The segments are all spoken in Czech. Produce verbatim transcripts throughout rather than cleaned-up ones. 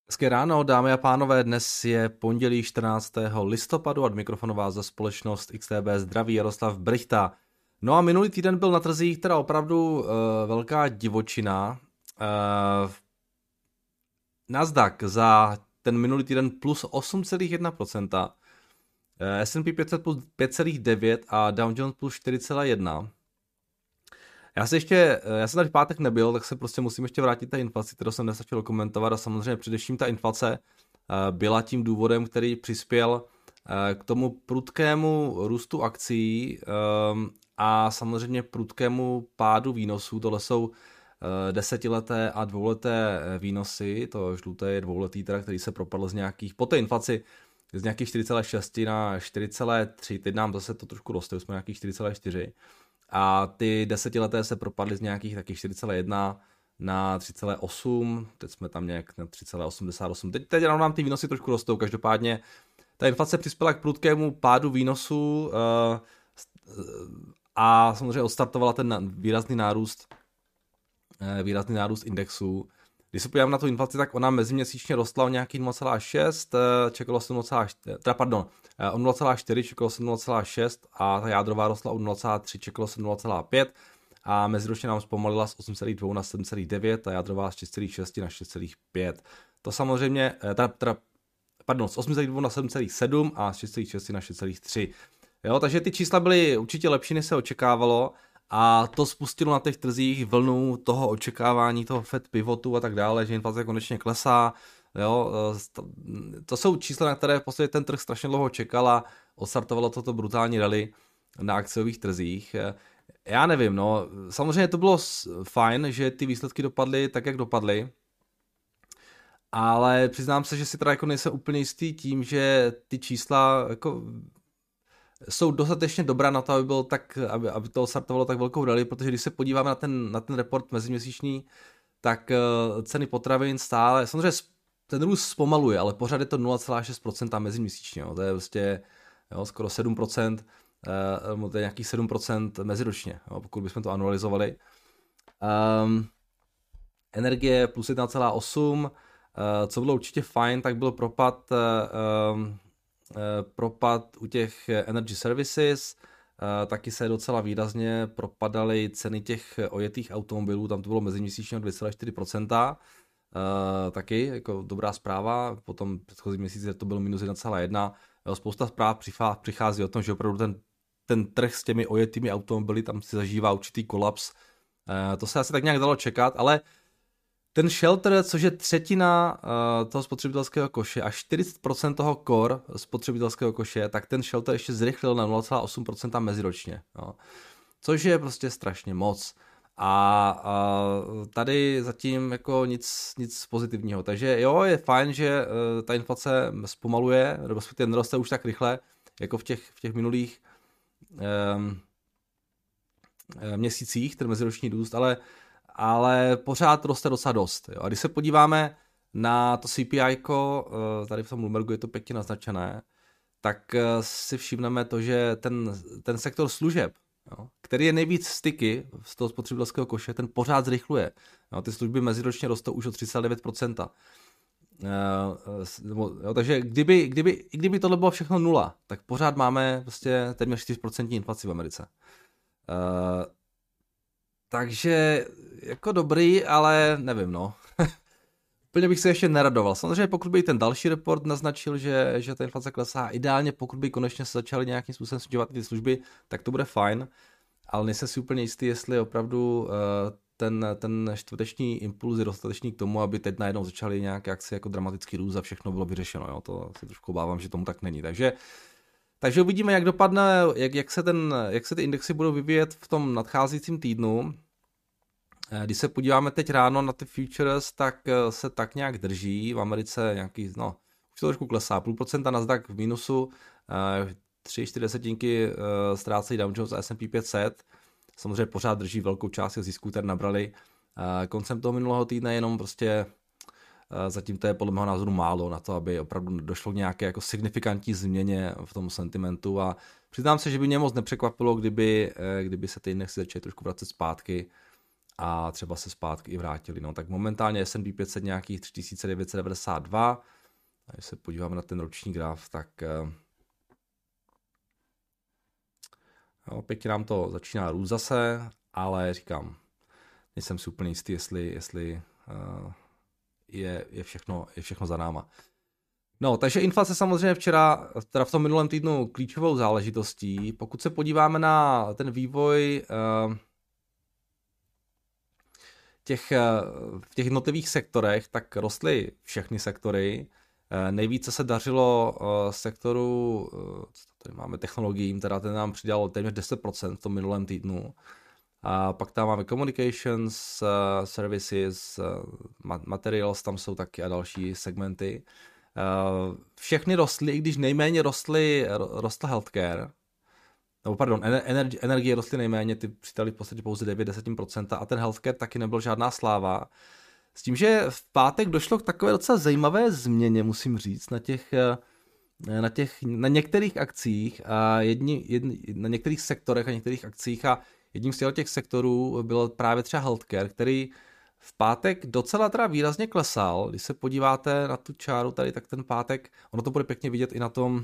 Hezké ráno, dámy a pánové, dnes je pondělí čtrnáctého listopadu a od mikrofonu vás za společnost X T B zdraví Jaroslav Brychta. No a minulý týden byl na trzích teda opravdu uh, velká divočina. Uh, Nasdaq za ten minulý týden plus osm celá jedna procenta, uh, S and P pět set plus pět celá devět procenta a Dow Jones plus čtyři celá jedna procenta. Já se ještě, já jsem tady v pátek nebyl, tak se prostě musím ještě vrátit té inflaci, kterou jsem nestačil komentovat a samozřejmě především ta inflace byla tím důvodem, který přispěl k tomu prudkému růstu akcí a samozřejmě prudkému pádu výnosů. Tohle jsou desetileté a dvouleté výnosy, to žluté je dvouletý, teda, který se propadl z nějakých, po té inflaci z nějakých čtyři celá šest na čtyři celá tři, teď nám zase to trošku roste, jsme nějakých čtyři celá čtyři. A ty desetileté se propadly z nějakých taky čtyři celá jedna na tři celá osm, teď jsme tam nějak na tři celá osmdesát osm. Teď, teď nám ty výnosy trošku rostou, každopádně ta inflace přispěla k prudkému pádu výnosů uh, a samozřejmě odstartovala ten výrazný nárůst, uh, výrazný nárůst indexů. Když se podívám na tu inflaci, tak ona meziměsíčně rostla o nějakých nula celá šest, čekalo se nula celá čtyři, teda pardon, o nula celá čtyři, čekalo se nula celá šest a ta jádrová rostla o nula celá tři, čekalo se nula celá pět a meziročně nám zpomalila z osm celá dva na sedm celá devět a jádrová z šest celá šest na šest celá pět. To samozřejmě, teda, teda, pardon, z osm celá dva na sedm celá sedm a z šest celá šest na šest celá tři. Jo, takže ty čísla byly určitě lepší, než se očekávalo. A to spustilo na těch trzích vlnu toho očekávání, toho Fed pivotu a tak dále, že inflace konečně klesá. Jo, to jsou čísla, na které v podstatě ten trh strašně dlouho čekal a odstartovalo toto brutální rally na akciových trzích. Já nevím, no, samozřejmě to bylo fajn, že ty výsledky dopadly tak, jak dopadly, ale přiznám se, že si teda jako nejsem úplně jistý tím, že ty čísla jako jsou dostatečně dobrá na to, aby, bylo tak, aby, aby to startovalo tak velkou rally, protože když se podíváme na ten, na ten report meziměsíční, tak uh, ceny potravin stále, samozřejmě ten růst zpomaluje, ale pořád je to nula celá šest procenta meziměsíčně, jo. To je vlastně jo, skoro sedm procent, uh, to je nějakých sedm procent meziročně, jo, pokud bychom to anualizovali. Um, energie plus jedna celá osm, uh, co bylo určitě fajn, tak byl propad uh, um, propad u těch energy services, taky se docela výrazně propadaly ceny těch ojetých automobilů, tam to bylo meziměsíčně dvě celá čtyři procenta, taky jako dobrá zpráva, potom předchozí měsíc to bylo minus jedna celá jedna. Spousta zpráv přichází o tom, že opravdu ten, ten trh s těmi ojetými automobily tam si zažívá určitý kolaps. To se asi tak nějak dalo čekat, ale ten shelter, což je třetina uh, toho spotřebitelského koše a čtyřicet procent toho core spotřebitelského koše, tak ten shelter ještě zrychlil na nula celá osm procenta meziročně. Jo. Což je prostě strašně moc. A, a tady zatím jako nic, nic pozitivního. Takže jo, je fajn, že uh, ta inflace zpomaluje, nebo respektive neroste už tak rychle, jako v těch, v těch minulých um, měsících, ten meziroční růst, ale ale pořád roste docela dost. Jo. A když se podíváme na to C P I, tady v tom Bloombergu je to pěkně naznačené, tak si všimneme to, že ten, ten sektor služeb, jo, který je nejvíc styky z toho spotřebitelského koše, ten pořád zrychluje. Jo. Ty služby meziročně rostou už o tři celá devět procenta. Jo, takže kdyby, kdyby, kdyby tohle bylo všechno nula, tak pořád máme prostě téměř čtyři procenta inflaci v Americe. Takže jako dobrý, ale nevím, no. Úplně bych se ještě neradoval. Samozřejmě pokud by ten další report naznačil, že, že ta inflace klesá, ideálně pokud by konečně se začaly nějakým způsobem snižovat ty služby, tak to bude fajn, ale nejsem si úplně jistý, jestli opravdu uh, ten, ten čtvrteční impuls je dostatečný k tomu, aby teď najednou začaly nějak jaksi jako dramatický růst a všechno bylo vyřešeno. Jo? To se trošku obávám, že tomu tak není. Takže Takže uvidíme, jak dopadne, jak, jak, se ten, jak se ty indexy budou vyvíjet v tom nadcházejícím týdnu. Když se podíváme teď ráno na ty futures, tak se tak nějak drží. V Americe nějaký, no, už to trošku klesá. Půl procenta Nasdaq v mínusu, tři čtyři desetinky ztrácejí Dow Jones a S and P pět set. Samozřejmě pořád drží velkou část těch zisků, které nabrali koncem toho minulého týdne, jenom prostě zatím to je podle mého názoru málo na to, aby opravdu došlo k nějaké jako signifikantní změně v tom sentimentu a přiznám se, že by mě moc nepřekvapilo, kdyby, kdyby se ty indexy začaly trošku vracet zpátky a třeba se zpátky i vrátili. No, tak momentálně S and P pět set nějakých tři tisíce devět set devadesát dva. A když se podíváme na ten roční graf, tak jo, pěkně nám to začíná růst zase, ale říkám, nejsem si úplně jistý, jestli, jestli uh, je, je, všechno, je všechno za náma. No, takže inflace samozřejmě včera, teda v tom minulém týdnu klíčovou záležitostí. Pokud se podíváme na ten vývoj uh, těch, uh, v těch jednotlivých sektorech, tak rostly všechny sektory. Uh, nejvíce se dařilo uh, sektoru, uh, tady máme technologiím, teda ten nám přidal téměř deset procent v tom minulém týdnu. A pak tam máme communications, uh, services, uh, materials, tam jsou taky a další segmenty. Uh, všechny rostly, i když nejméně rostly, rostl healthcare, nebo pardon, energie, energie rostly nejméně, ty přidali v podstatě pouze devět až deset procent a ten healthcare taky nebyl žádná sláva. S tím, že v pátek došlo k takové docela zajímavé změně, musím říct, na těch, na těch, na některých akcích a jedni, jedni, na některých sektorech a některých akcích a jedním z těch sektorů byl právě třeba healthcare, který v pátek docela teda výrazně klesal. Když se podíváte na tu čáru tady, tak ten pátek, ono to bude pěkně vidět i na tom,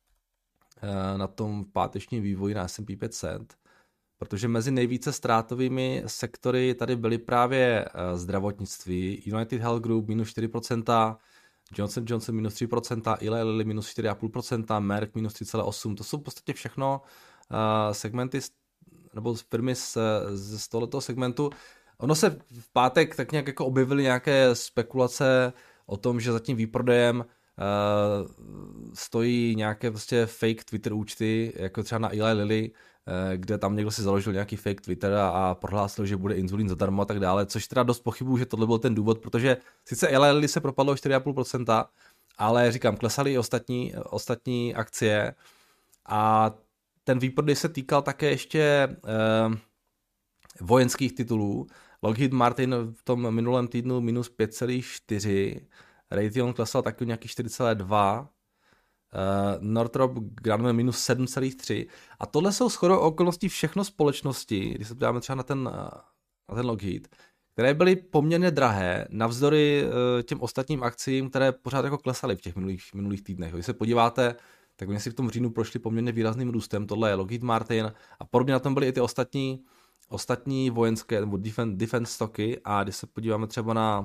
na tom pátečním vývoji na S and P pět set, protože mezi nejvíce ztrátovými sektory tady byly právě zdravotnictví, United Health Group minus čtyři procenta, Johnson Johnson minus tři procenta, Eli Lilly minus čtyři celá pět procenta, Merck minus tři celá osm procenta. To jsou v podstatě všechno segmenty nebo firmy z, z tohoto segmentu. Ono se v pátek tak nějak jako objevily nějaké spekulace o tom, že za tím výprodejem uh, stojí nějaké prostě fake Twitter účty, jako třeba na Eli Lilly, uh, kde tam někdo si založil nějaký fake Twitter a, a prohlásil, že bude inzulín zadarmo a tak dále, což teda dost pochybuju, že tohle byl ten důvod, protože sice Eli Lilly se propadlo o čtyři celá pět procenta, ale říkám, klesaly i ostatní, ostatní akcie a ten výprodej se týkal také ještě uh, vojenských titulů. Lockheed Martin v tom minulém týdnu minus pět celá čtyři, Raytheon klesal taky nějaký čtyři celá dva, uh, Northrop Grumman minus sedm celá tři a tohle jsou shodou okolností všechno společnosti, když se podíváme třeba na ten, na ten Lockheed, které byly poměrně drahé navzdory uh, těm ostatním akcím, které pořád jako klesaly v těch minulých, minulých týdnech. Když se podíváte, tak oni si v tom říjnu prošli poměrně výrazným růstem, tohle je Lockheed Martin a podobně na tom byly i ty ostatní ostatní vojenské nebo defense, defense stoky a když se podíváme třeba na, uh,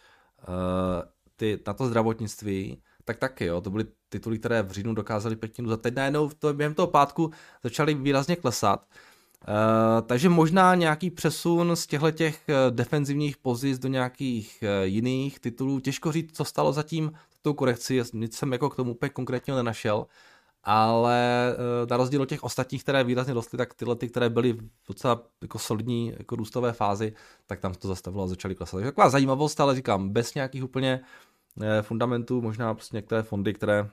ty, na to zdravotnictví, tak taky, jo, to byly tituly, které v říjnu dokázaly pěkně růst. Teď najednou to, během toho pátku začaly výrazně klesat. Uh, takže možná nějaký přesun z těchto těch defenzivních pozic do nějakých uh, jiných titulů. Těžko říct, co stalo zatím tou korekci, nic jsem jako k tomu úplně konkrétně nenašel. Ale na rozdíl od těch ostatních, které výrazně rostly, tak tyhle, ty, které byly v docela jako solidní jako růstové fázi, tak tam to zastavilo a začaly klesat. Takže taková zajímavost, ale říkám, bez nějakých úplně fundamentů, možná prostě některé fondy, které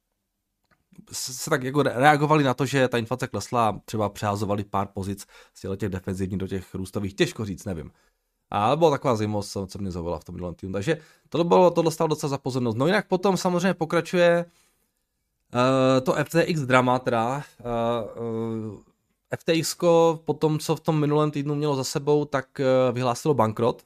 se tak jako reagovaly na to, že ta inflace klesla a třeba přehazovali pár pozic z těch defenzivních do těch růstových, těžko říct, nevím. Ale byla taková zajímavost, co mě zaujala v tom minulém týdnu. Takže tohle bylo, tohle stalo docela za pozornost. No jinak potom samozřejmě pokračuje Uh, to F T X drama teda, uh, uh, F T X po tom, co v tom minulém týdnu mělo za sebou, tak uh, vyhlásilo bankrot.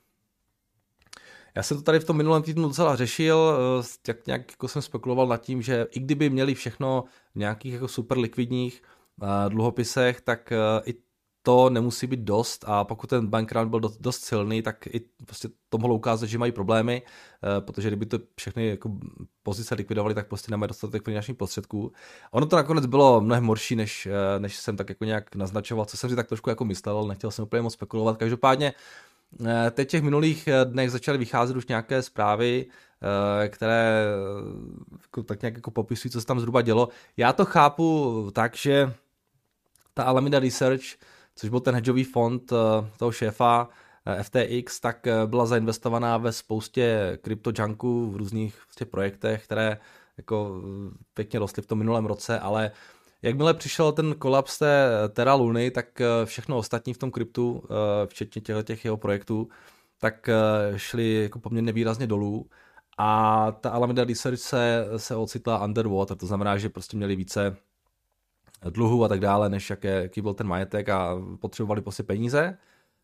Já jsem to tady v tom minulém týdnu docela řešil, uh, jak nějak jako jsem spekuloval nad tím, že i kdyby měli všechno v nějakých jako super likvidních uh, dluhopisech, tak uh, i to nemusí být dost a pokud ten bankrun byl dost, dost silný, tak i prostě to mohlo ukázat, že mají problémy, protože kdyby to všechny jako pozice likvidovali, tak prostě nemají dostatek finančních prostředků. Ono to nakonec bylo mnohem horší, než, než jsem tak jako nějak naznačoval, co jsem si tak trošku jako myslel, ale nechtěl jsem úplně moc spekulovat. Každopádně teď v těch minulých dnech začaly vycházet už nějaké zprávy, které jako, tak nějak jako popisují, co se tam zhruba dělo. Já to chápu tak, že ta Alameda Research, což byl ten hedžový fond toho šéfa F T X, tak byla zainvestovaná ve spoustě kryptojunků v různých vlastně projektech, které jako pěkně rostly v tom minulém roce, ale jakmile přišel ten kolaps té Terra Luny, tak všechno ostatní v tom kryptu, včetně těch jeho projektů, tak šly jako poměrně výrazně dolů a ta Alameda Research se, se ocitla underwater, to znamená, že prostě měli více dluhu a tak dále, než jaké, jaký byl ten majetek a potřebovali prostě peníze.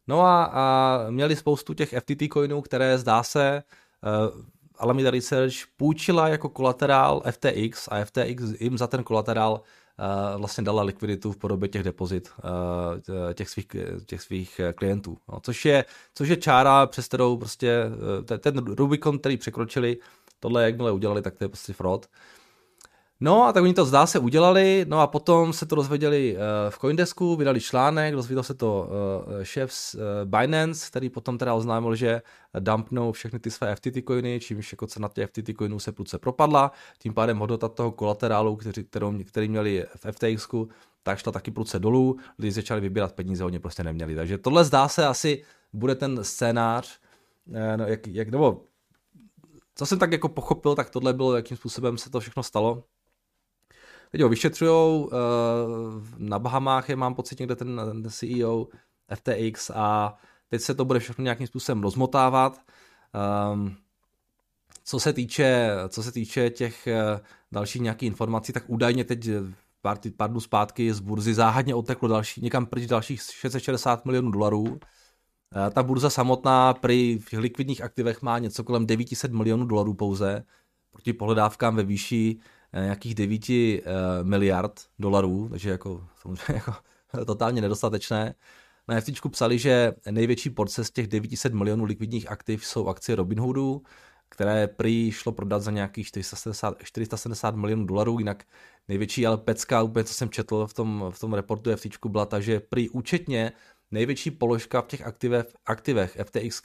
No a, a měli spoustu těch F T T coinů, které zdá se uh, Alameda Research půjčila jako kolaterál F T X a F T X jim za ten kolaterál uh, vlastně dala likviditu v podobě těch depozit uh, těch, svých, těch svých klientů. No, což, je, což je čára, přes kterou prostě uh, ten Rubicon, který překročili, tohle jakmile udělali, tak to je prostě fraud. No a tak oni to zdá se udělali, no a potom se to dozvěděli v Coindesku, vydali článek, dozvěděl se to šéf z Binance, který potom teda oznámil, že dumpnou všechny ty své F T T coiny, čímž jako cena těch F T T coinů se prudce propadla, tím pádem hodnota toho kolaterálu, který, kterou, který měli v F T Xku, tak šla taky prudce dolů, lidi začali vybírat peníze, oni prostě neměli. Takže tohle zdá se asi bude ten scénář, no, jak, jak, nebo co jsem tak jako pochopil, tak tohle bylo, jakým způsobem se to všechno stalo. Teď ho vyšetřujou, na Bahamách je, mám pocit, někde ten, ten C E O F T X a teď se to bude všechno nějakým způsobem rozmotávat. Um, co se týče, co se týče těch dalších nějakých informací, tak údajně teď pár, pár dnů zpátky z burzy záhadně odteklo další, někam pryč dalších šest set šedesát milionů dolarů. Ta burza samotná při v likvidních aktivech má něco kolem devět set milionů dolarů pouze, proti pohledávkám ve výši nějakých devět miliard dolarů, takže jako, samozřejmě jako totálně nedostatečné. Na FTčku psali, že největší porce z těch devět set milionů likvidních aktiv jsou akcie Robinhoodu, které prý šlo prodat za nějakých čtyři sta sedmdesát milionů dolarů, jinak největší ale pecka, úplně co jsem četl v tom, v tom reportu FTčku, byla ta, že prý účetně největší položka v těch aktivech, aktivech F T X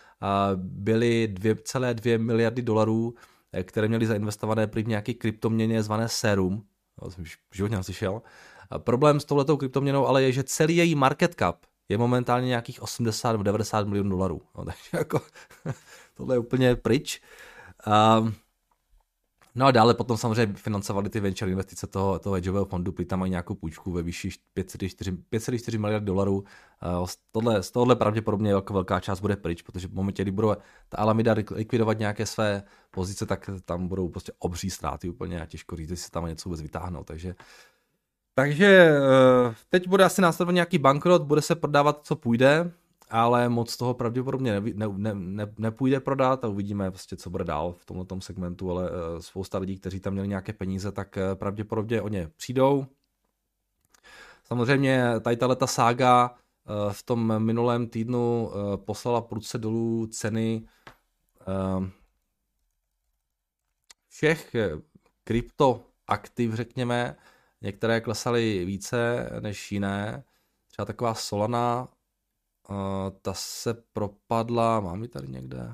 byly dvě celé dvě miliardy dolarů, které měly zainvestované prý v nějaké kryptoměně zvané Serum. To jsem v životě neslyšel. Problém s touhletou kryptoměnou ale je, že celý její market cap je momentálně nějakých osmdesát až devadesát milionů dolarů. No, takže jako tohle je úplně pryč. Um, no a dále potom samozřejmě financovali ty venture investice toho, toho hedgeového fondu, prý tam mají nějakou půjčku ve výši pět celá čtyři miliardy dolarů. Uh, z, tohle, z tohle pravděpodobně jako velká část bude pryč, protože v momentě, kdy budou ta Alameda likvidovat nějaké své pozice, tak tam budou prostě obří ztráty úplně a těžko říct, jestli tam něco vůbec vytáhnou. Takže, takže uh, teď bude asi následovat nějaký bankrot, bude se prodávat, co půjde, ale moc toho pravděpodobně ne, ne, ne, ne, nepůjde prodat a uvidíme prostě, co bude dál v tomhletom segmentu, ale uh, spousta lidí, kteří tam měli nějaké peníze, tak uh, pravděpodobně o ně přijdou. Samozřejmě tady tato sága uh, v tom minulém týdnu uh, poslala prudce dolů ceny uh, všech kryptoaktiv, řekněme. Některé klesaly více než jiné. Třeba taková Solana, Uh, ta se propadla, mám ji tady někde,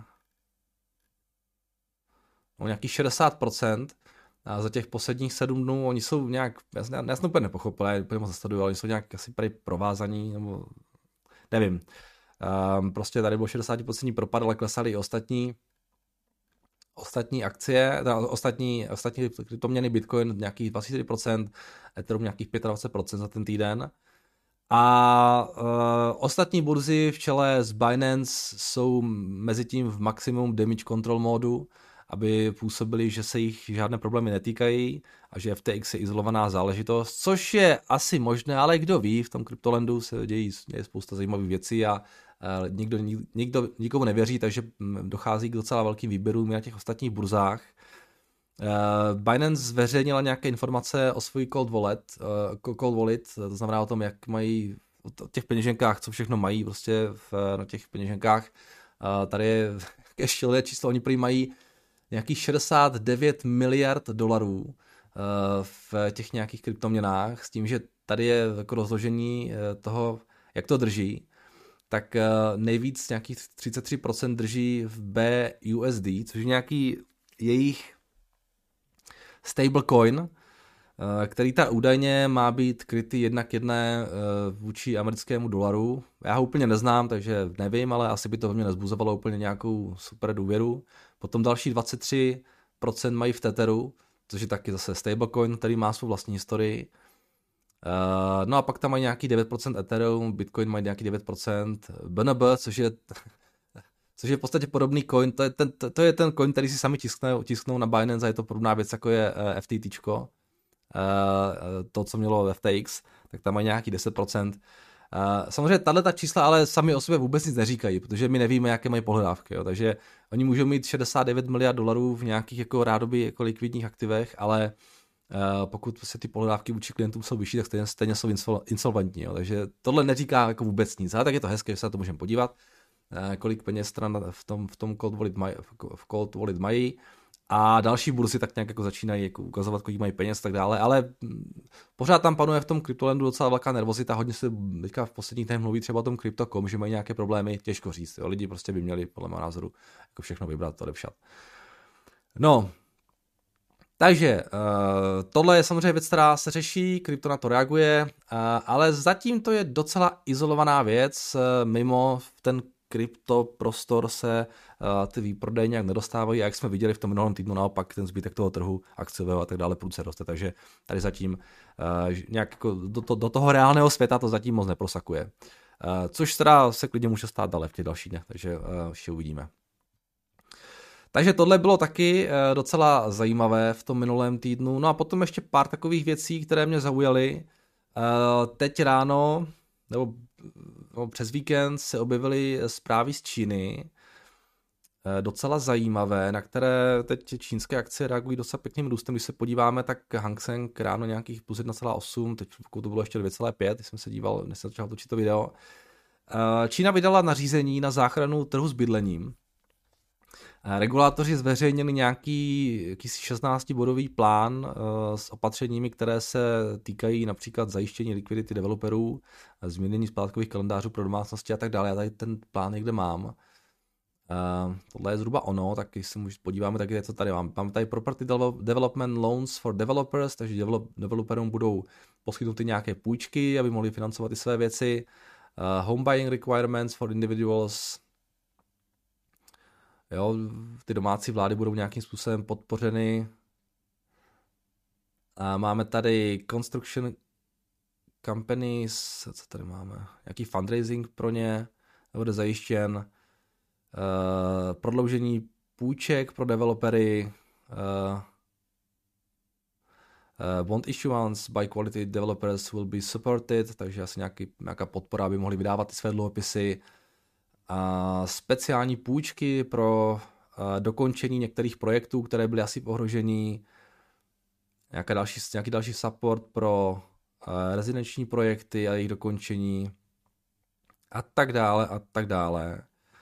o nějakých šedesát procent a za těch posledních sedm dnů, oni jsou nějak, já, já jsem úplně nepochopil, já úplně moc nesleduju, ale oni jsou nějak asi prý provázaní, nebo nevím. Um, prostě tady bylo šedesát procent propad, ale klesaly i ostatní, ostatní akcie, teda ostatní, ostatní kryptoměny Bitcoin nějakých dvacet čtyři procent, Ethereum nějakých dvacet pět procent za ten týden. A uh, ostatní burzy v čele s Binance jsou mezi tím v maximum damage control módu, aby působili, že se jich žádné problémy netýkají a že F T X je izolovaná záležitost, což je asi možné, ale kdo ví, v tom kryptolandu se dějí, dějí spousta zajímavých věcí a uh, nikdo, nikdo nikomu nevěří, takže dochází k docela velkým výběrům na těch ostatních burzách. Uh, Binance zveřejnila nějaké informace o svojí cold wallet, uh, cold wallet, to znamená o tom, jak mají o těch peněženkách, co všechno mají prostě v, na těch peněženkách. Uh, tady je také šílené číslo, oni prý mají nějakých šedesát devět miliard dolarů uh, v těch nějakých kryptoměnách, s tím, že tady je jako rozložení uh, toho, jak to drží, tak uh, nejvíc nějakých třicet tři procent drží v B U S D, což je nějaký jejich stablecoin, který ta údajně má být krytý jedna k jedné vůči americkému dolaru. Já ho úplně neznám, takže nevím, ale asi by to ve mně nezbuzovalo úplně nějakou super důvěru. Potom další dvacet tři procent mají v Tetheru, což je taky zase stablecoin, který má svou vlastní historii. No a pak tam mají nějaký devět procent Ethereum, Bitcoin mají nějaký devět procent, B N B, což je což je v podstatě podobný coin, to je ten, to, to je ten coin, který si sami tisknou, tisknou na Binance a je to podobná věc, jako je uh, F T T, uh, to, co mělo F T X, tak tam mají nějaký deset procent. Samozřejmě tahle ta čísla ale sami o sobě vůbec nic neříkají, protože my nevíme, jaké mají pohledávky. Jo. Takže oni můžou mít šedesát devět miliard dolarů v nějakých jako rádoby jako likvidních aktivech, ale uh, pokud se ty pohledávky vůči klientům jsou vyšší, tak stejně, stejně jsou insol, insolventní. Jo. Takže tohle neříká jako vůbec nic. Ale tak je to hezké, že se na to můžeme podívat, uh, kolik peněz stran v tom, v tom cold wallet, maj, v cold wallet mají. A další burzy tak nějak jako začínají jako ukazovat, kolik mají peněz a tak dále, ale pořád tam panuje v tom kryptolandu docela velká nervozita, hodně se teďka v posledních dnech mluví třeba o tom crypto tečka com, že mají nějaké problémy, těžko říct, jo. Lidi prostě by měli podle mého názoru jako všechno vybrat, odepsat. No, takže uh, tohle je samozřejmě věc, která se řeší, krypto na to reaguje, uh, ale zatím to je docela izolovaná věc, uh, mimo ten krypto prostor se uh, ty výprodeje nějak nedostávají a jak jsme viděli v tom minulém týdnu, naopak ten zbytek toho trhu akciového a tak dále prudce roste, takže tady zatím uh, nějak jako do, to, do toho reálného světa to zatím moc neprosakuje. Uh, což teda se klidně může stát dále v těch dalších dnech, takže uh, ještě uvidíme. Takže tohle bylo taky uh, docela zajímavé v tom minulém týdnu. No a potom ještě pár takových věcí, které mě zaujaly. Uh, teď ráno, nebo no, přes víkend se objevily zprávy z Číny, docela zajímavé, na které teď čínské akcie reagují docela pěkným růstem. Když se podíváme, tak Hang Seng ráno nějakých plus jedna celá osm, teď pokud to bylo ještě dvě celá pět, když jsem se díval, než jsem začal točit to video. Čína vydala nařízení na záchranu trhu s bydlením. Regulátoři zveřejnili nějaký šestnáctibodový plán uh, s opatřeními, které se týkají například zajištění likvidity developerů, změnění splátkových kalendářů pro domácnosti a tak dále. Já tady ten plán někde mám. Uh, tohle je zhruba ono, tak když se můžete podíváme, tak je co tady mám. Mám tady Property Development Loans for Developers, takže develop, developerům budou poskytnuty nějaké půjčky, aby mohli financovat ty své věci. Uh, home Buying Requirements for Individuals. Jo, ty domácí vlády budou nějakým způsobem podpořeny. A máme tady construction companies, co tady máme, nějaký fundraising pro ně, bude zajištěn. Uh, prodloužení půjček pro developery, uh, uh, bond issuance by quality developers will be supported, takže asi nějaký, nějaká podpora, aby mohli vydávat ty své dluhopisy. A speciální půjčky pro uh, dokončení některých projektů, které byly asi v ohrožení, nějaký další, nějaký další support pro uh, rezidenční projekty a jejich dokončení a tak dále a tak dále.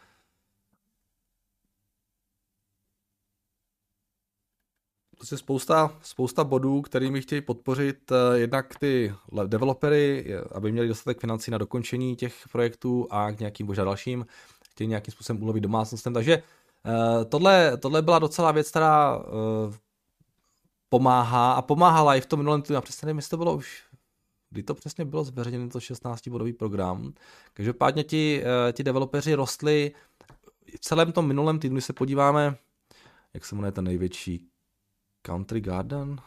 To je spousta, spousta bodů, kterými chtějí podpořit uh, jednak ty developery, aby měli dostatek financí na dokončení těch projektů a k nějakým možná dalším, chtějí nějakým způsobem ulovit domácnostem. Takže uh, tohle, tohle byla docela věc, která uh, pomáhá a pomáhala i v tom minulém týdnu. Přesně nevím, jestli to bylo už, kdy to přesně bylo zveřejněno, to šestnáctibodový program. Každopádně ti, uh, ti developeři rostli v celém tom minulém týdnu, když se podíváme, jak se jmenuje ten největší Country Garden.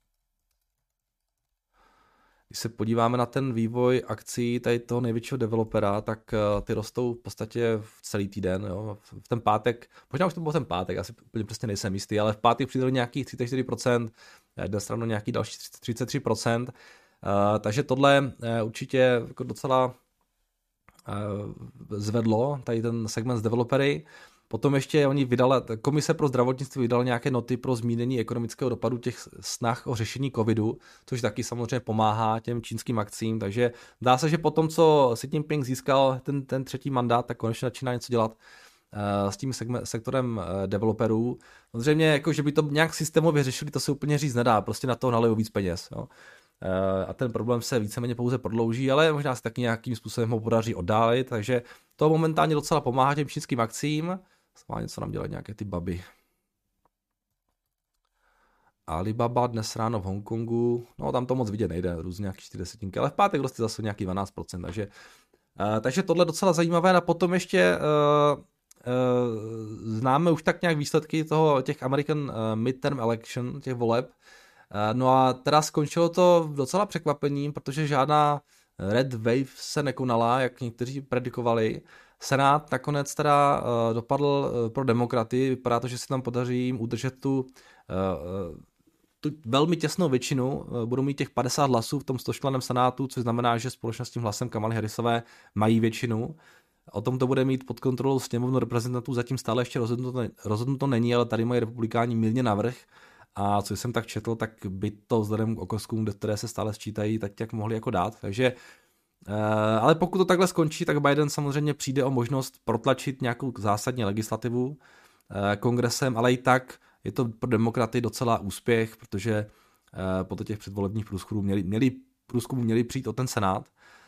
Když se podíváme na ten vývoj akcí tady toho největšího developera, tak uh, ty rostou v podstatě v celý týden. Jo. V ten pátek, možná už to byl ten pátek, asi úplně přesně nejsem jistý, ale v pátek přidali nějakých třicet čtyři procent, na stranu nějaký další třicet tři procent. Uh, takže tohle uh, určitě jako docela uh, zvedlo tady ten segment z developery. Potom ještě oni vydala, Komise pro zdravotnictví vydala nějaké noty pro zmírnění ekonomického dopadu těch snah o řešení covidu, což taky samozřejmě pomáhá těm čínským akcím, takže dá se, že po tom, co Xi Jinping získal ten, ten třetí mandát, tak konečně začíná něco dělat uh, s tím segment, sektorem uh, developerů. Samozřejmě, jako, že by to nějak systémově řešili, to se úplně říct nedá, prostě na to nalejou víc peněz. Jo. Uh, a ten problém se víceméně pouze prodlouží, ale možná se taky nějakým způsobem ho podaří oddálit, takže to momentálně docela pomáhá těm čínským akcím. Má něco nám dělat nějaké ty baby. Alibaba dnes ráno v Hongkongu, no tam to moc vidět nejde, různě nějaký čtyři desetinky, ale v pátek roste zase nějaký dvanáct procent, takže, uh, takže tohle docela zajímavé. A potom ještě uh, uh, známe už tak nějak výsledky toho těch American uh, midterm election, těch voleb. Uh, no a teda skončilo to docela překvapením, protože žádná red wave se nekonala, jak někteří predikovali. Senát nakonec teda uh, dopadl uh, pro demokraty, vypadá to, že se tam podaří jim udržet tu uh, tu velmi těsnou většinu, budou mít těch padesát hlasů v tom stočlenném senátu, což znamená, že společně s tím hlasem Kamaly Harrisové mají většinu. O tom to bude mít pod kontrolou sněmovnu reprezentantů, zatím stále ještě rozhodnuto, rozhodnuto není, ale tady mají republikáni mírně navrch. A co jsem tak četl, tak by to vzhledem k okrskům, které se stále sčítají, tak jak mohli jako dát. Takže, ale pokud to takhle skončí, tak Biden samozřejmě přijde o možnost protlačit nějakou zásadní legislativu kongresem, ale i tak je to pro demokraty docela úspěch, protože podle těch předvolebních průzkumů měli, měli, průzkumů měli přijít o ten senát.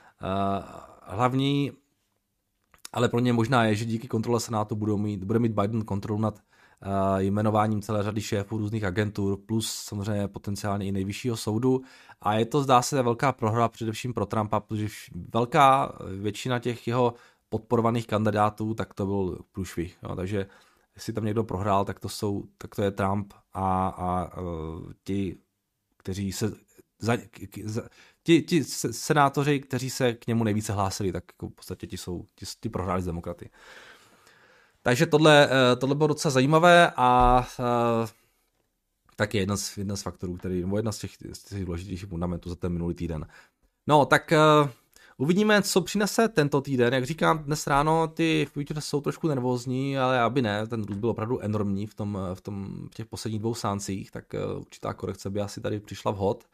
Hlavní, ale pro ně možná je, že díky kontrole senátu budou mít, bude mít Biden kontrolu nad jmenováním celé řady šéfů různých agentur, plus samozřejmě potenciálně i nejvyššího soudu. A je to, zdá se, velká prohra především pro Trumpa, protože velká většina těch jeho podporovaných kandidátů, tak to byl průšvih. No, takže jestli tam někdo prohrál, tak to jsou, tak to je Trump a, a uh, ti, kteří se za, k, za, ti, ti senátoři, kteří se k němu nejvíce hlásili, tak jako v podstatě ti jsou, ti, ti prohráli z demokraty. Takže tohle, tohle bylo docela zajímavé a uh, tak je jedna z, jedna z faktorů, který, nebo jedna z těch, z těch důležitějších fundamentů za ten minulý týden. No, tak uh, uvidíme, co přinese tento týden. Jak říkám, dnes ráno ty futures jsou trošku nervózní, ale aby ne, ten růst byl opravdu enormní v, tom, v, tom, v těch posledních dvou sáncích, tak uh, určitá korekce by asi tady přišla vhod.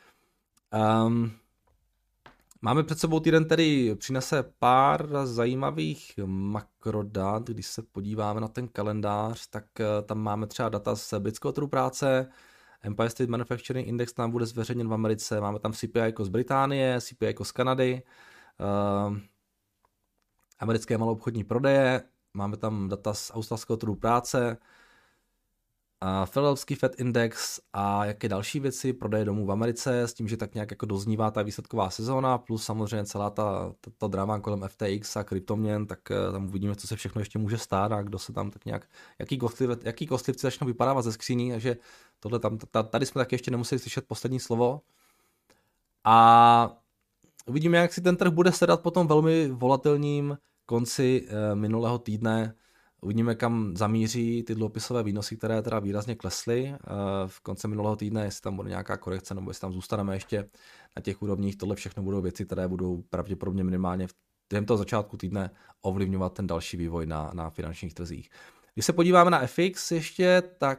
Um, Máme před sebou týden, který přinese pár zajímavých makrodat. Když se podíváme na ten kalendář, tak tam máme třeba data z britského trhu práce, Empire State Manufacturing Index tam bude zveřejněn v Americe, máme tam C P I jako z Británie, C P I jako z Kanady, uh, americké maloobchodní prodeje, máme tam data z australského trhu práce, a Philadelphský Fed Index a jaké další věci, prodeje domů v Americe, s tím, že tak nějak jako doznívá ta výsledková sezóna, plus samozřejmě celá ta, ta, ta drama kolem F T X a kryptoměn, tak tam uvidíme, co se všechno ještě může stát a kdo se tam tak nějak, jaký, kostliv, jaký kostlivci začnou vypadávat ze skříní, takže tohle tam, tady jsme taky ještě nemuseli slyšet poslední slovo. A uvidíme, jak si ten trh bude sedat po tom velmi volatilním konci eh, minulého týdne. Uvidíme, kam zamíří ty dluhopisové výnosy, které teda výrazně klesly v konce minulého týdne, jestli tam bude nějaká korekce, nebo jestli tam zůstaneme ještě na těch úrovních. Tohle všechno budou věci, které budou pravděpodobně minimálně v těmto začátku týdne ovlivňovat ten další vývoj na, na finančních trzích. Když se podíváme na F X ještě, tak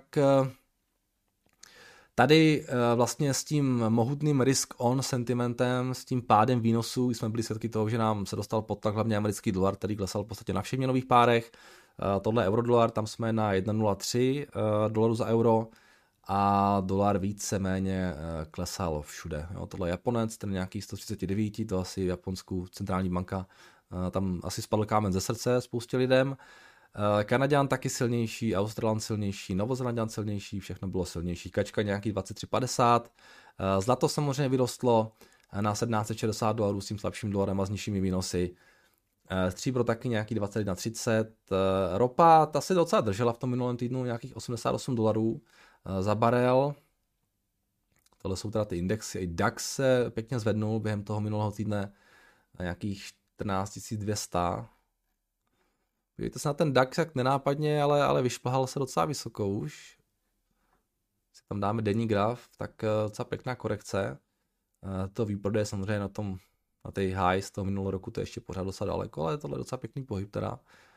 tady vlastně s tím mohutným risk-on sentimentem, s tím pádem výnosů jsme byli svědky toho, že nám se dostal pod tlak hlavně americký dolar, který klesal v podstatě na všech měnových párech. Tohle eurodolar, tam jsme na jedna celá nula tři dolarů za euro a dolar víceméně klesal všude. Jo, tohle je Japonec, ten nějaký sto třicet devět, to asi v Japonsku centrální banka, tam asi spadl kámen ze srdce spoustě lidem. Kanaďan taky silnější, Australan silnější, Novozelanďan silnější, všechno bylo silnější. Kačka nějaký dvacet tři padesát. Zlato samozřejmě vyrostlo na sedmnáct set šedesát dolarů s tím slabším dolarem a s nižšími výnosy. Stříbro taky nějaký dvacet jedna třicet. Ropa, ta se docela držela v tom minulém týdnu nějakých osmdesát osm dolarů za barel. Tohle jsou teda ty indexy. I DAX se pěkně zvednul během toho minulého týdne na nějakých čtrnáct tisíc dvě stě. Podívejte se na ten DAX jak nenápadně, ale, ale vyšplhal se docela vysoko už. Si tam dáme denní graf, tak docela pěkná korekce. To výprodej samozřejmě na tom na té high z toho minulého roku, to je ještě pořád docela daleko, ale tohle je docela pěkný pohyb teda.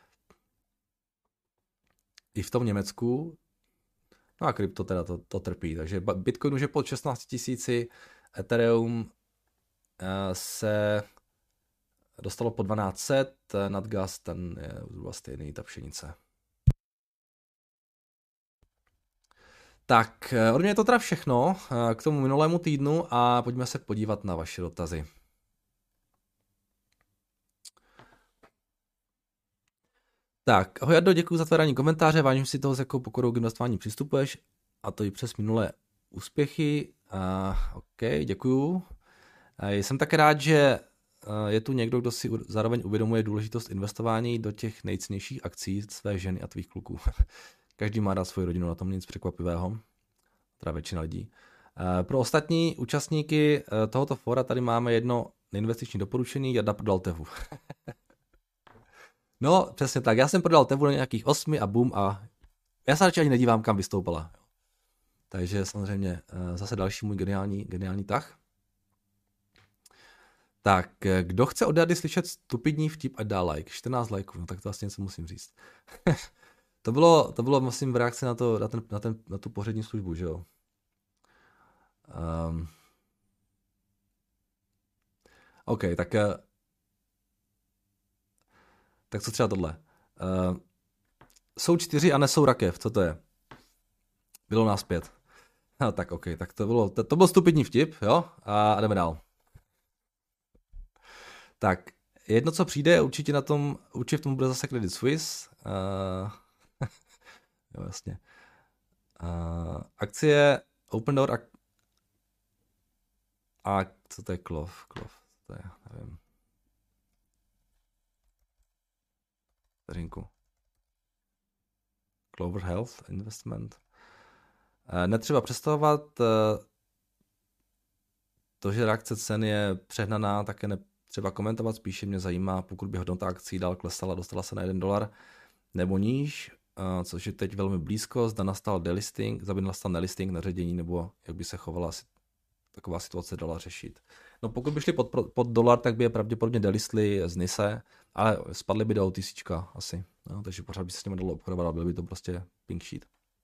I v tom Německu. No a krypto teda to, to trpí, takže Bitcoin už je pod šestnáct tisíci, Ethereum se dostalo po dvanáct set, nadgas ten je zhruba stejný, ta pšenice. Tak, od mě je to teda všechno k tomu minulému týdnu a pojďme se podívat na vaše dotazy. Tak, ahoj Jardo, děkuji za tvé ranní komentáře, vážím si toho, s jakou pokorou k investování přistupuješ, a to i přes minulé úspěchy. Uh, OK, děkuju. Uh, jsem také rád, že uh, je tu někdo, kdo si zároveň uvědomuje důležitost investování do těch nejcennějších akcí své ženy a tvých kluků. Každý má rád svoji rodinu, na tom nic překvapivého, teda většina lidí. Uh, pro ostatní účastníky uh, tohoto fóra tady máme jedno neinvestiční doporučení, Jarda prodal Tevu. No, přesně tak. Já jsem prodal Tevu na nějakých osmi a boom a já se radši ani nedívám, kam vystoupala. Takže samozřejmě zase další můj geniální, geniální tah. Tak, kdo chce od Jady slyšet stupidní vtip, ať dá like. čtrnáct lajků, no tak to vlastně něco musím říct. to bylo, to bylo myslím v reakci na, to, na, ten, na, ten, na tu pořadní službu, že jo. Um, OK, tak tak co třeba tohle? Uh, jsou čtyři a nesou rakev, co to je? Bylo nás pět. No tak OK, tak to bylo, to, to byl stupidní vtip, jo? A, a jdeme dál. Tak, jedno, co přijde, určitě na tom, určitě v tom bude zase Credit Suisse. Uh, jo, jasně. Uh, akcie Open Door a, a co to je Clove? Clove, to je, nevím. Vteřinku. Clover Health Investment. Uh, netřeba představovat uh, to, že reakce cen je přehnaná, také ne třeba komentovat, spíše mě zajímá, pokud by hodnota akcí dál klesala, dostala se na jeden dolar nebo níž, uh, což je teď velmi blízko, zda nastal delisting, zda by nastal nelisting na ředění, nebo jak by se chovala taková situace dala řešit. No pokud by šli pod, pod dolar, tak by je pravděpodobně delistli z Nise, ale spadly by do OTCčka asi, no, takže pořád by se s nimi dalo obchodovat, byl by to prostě pink sheet.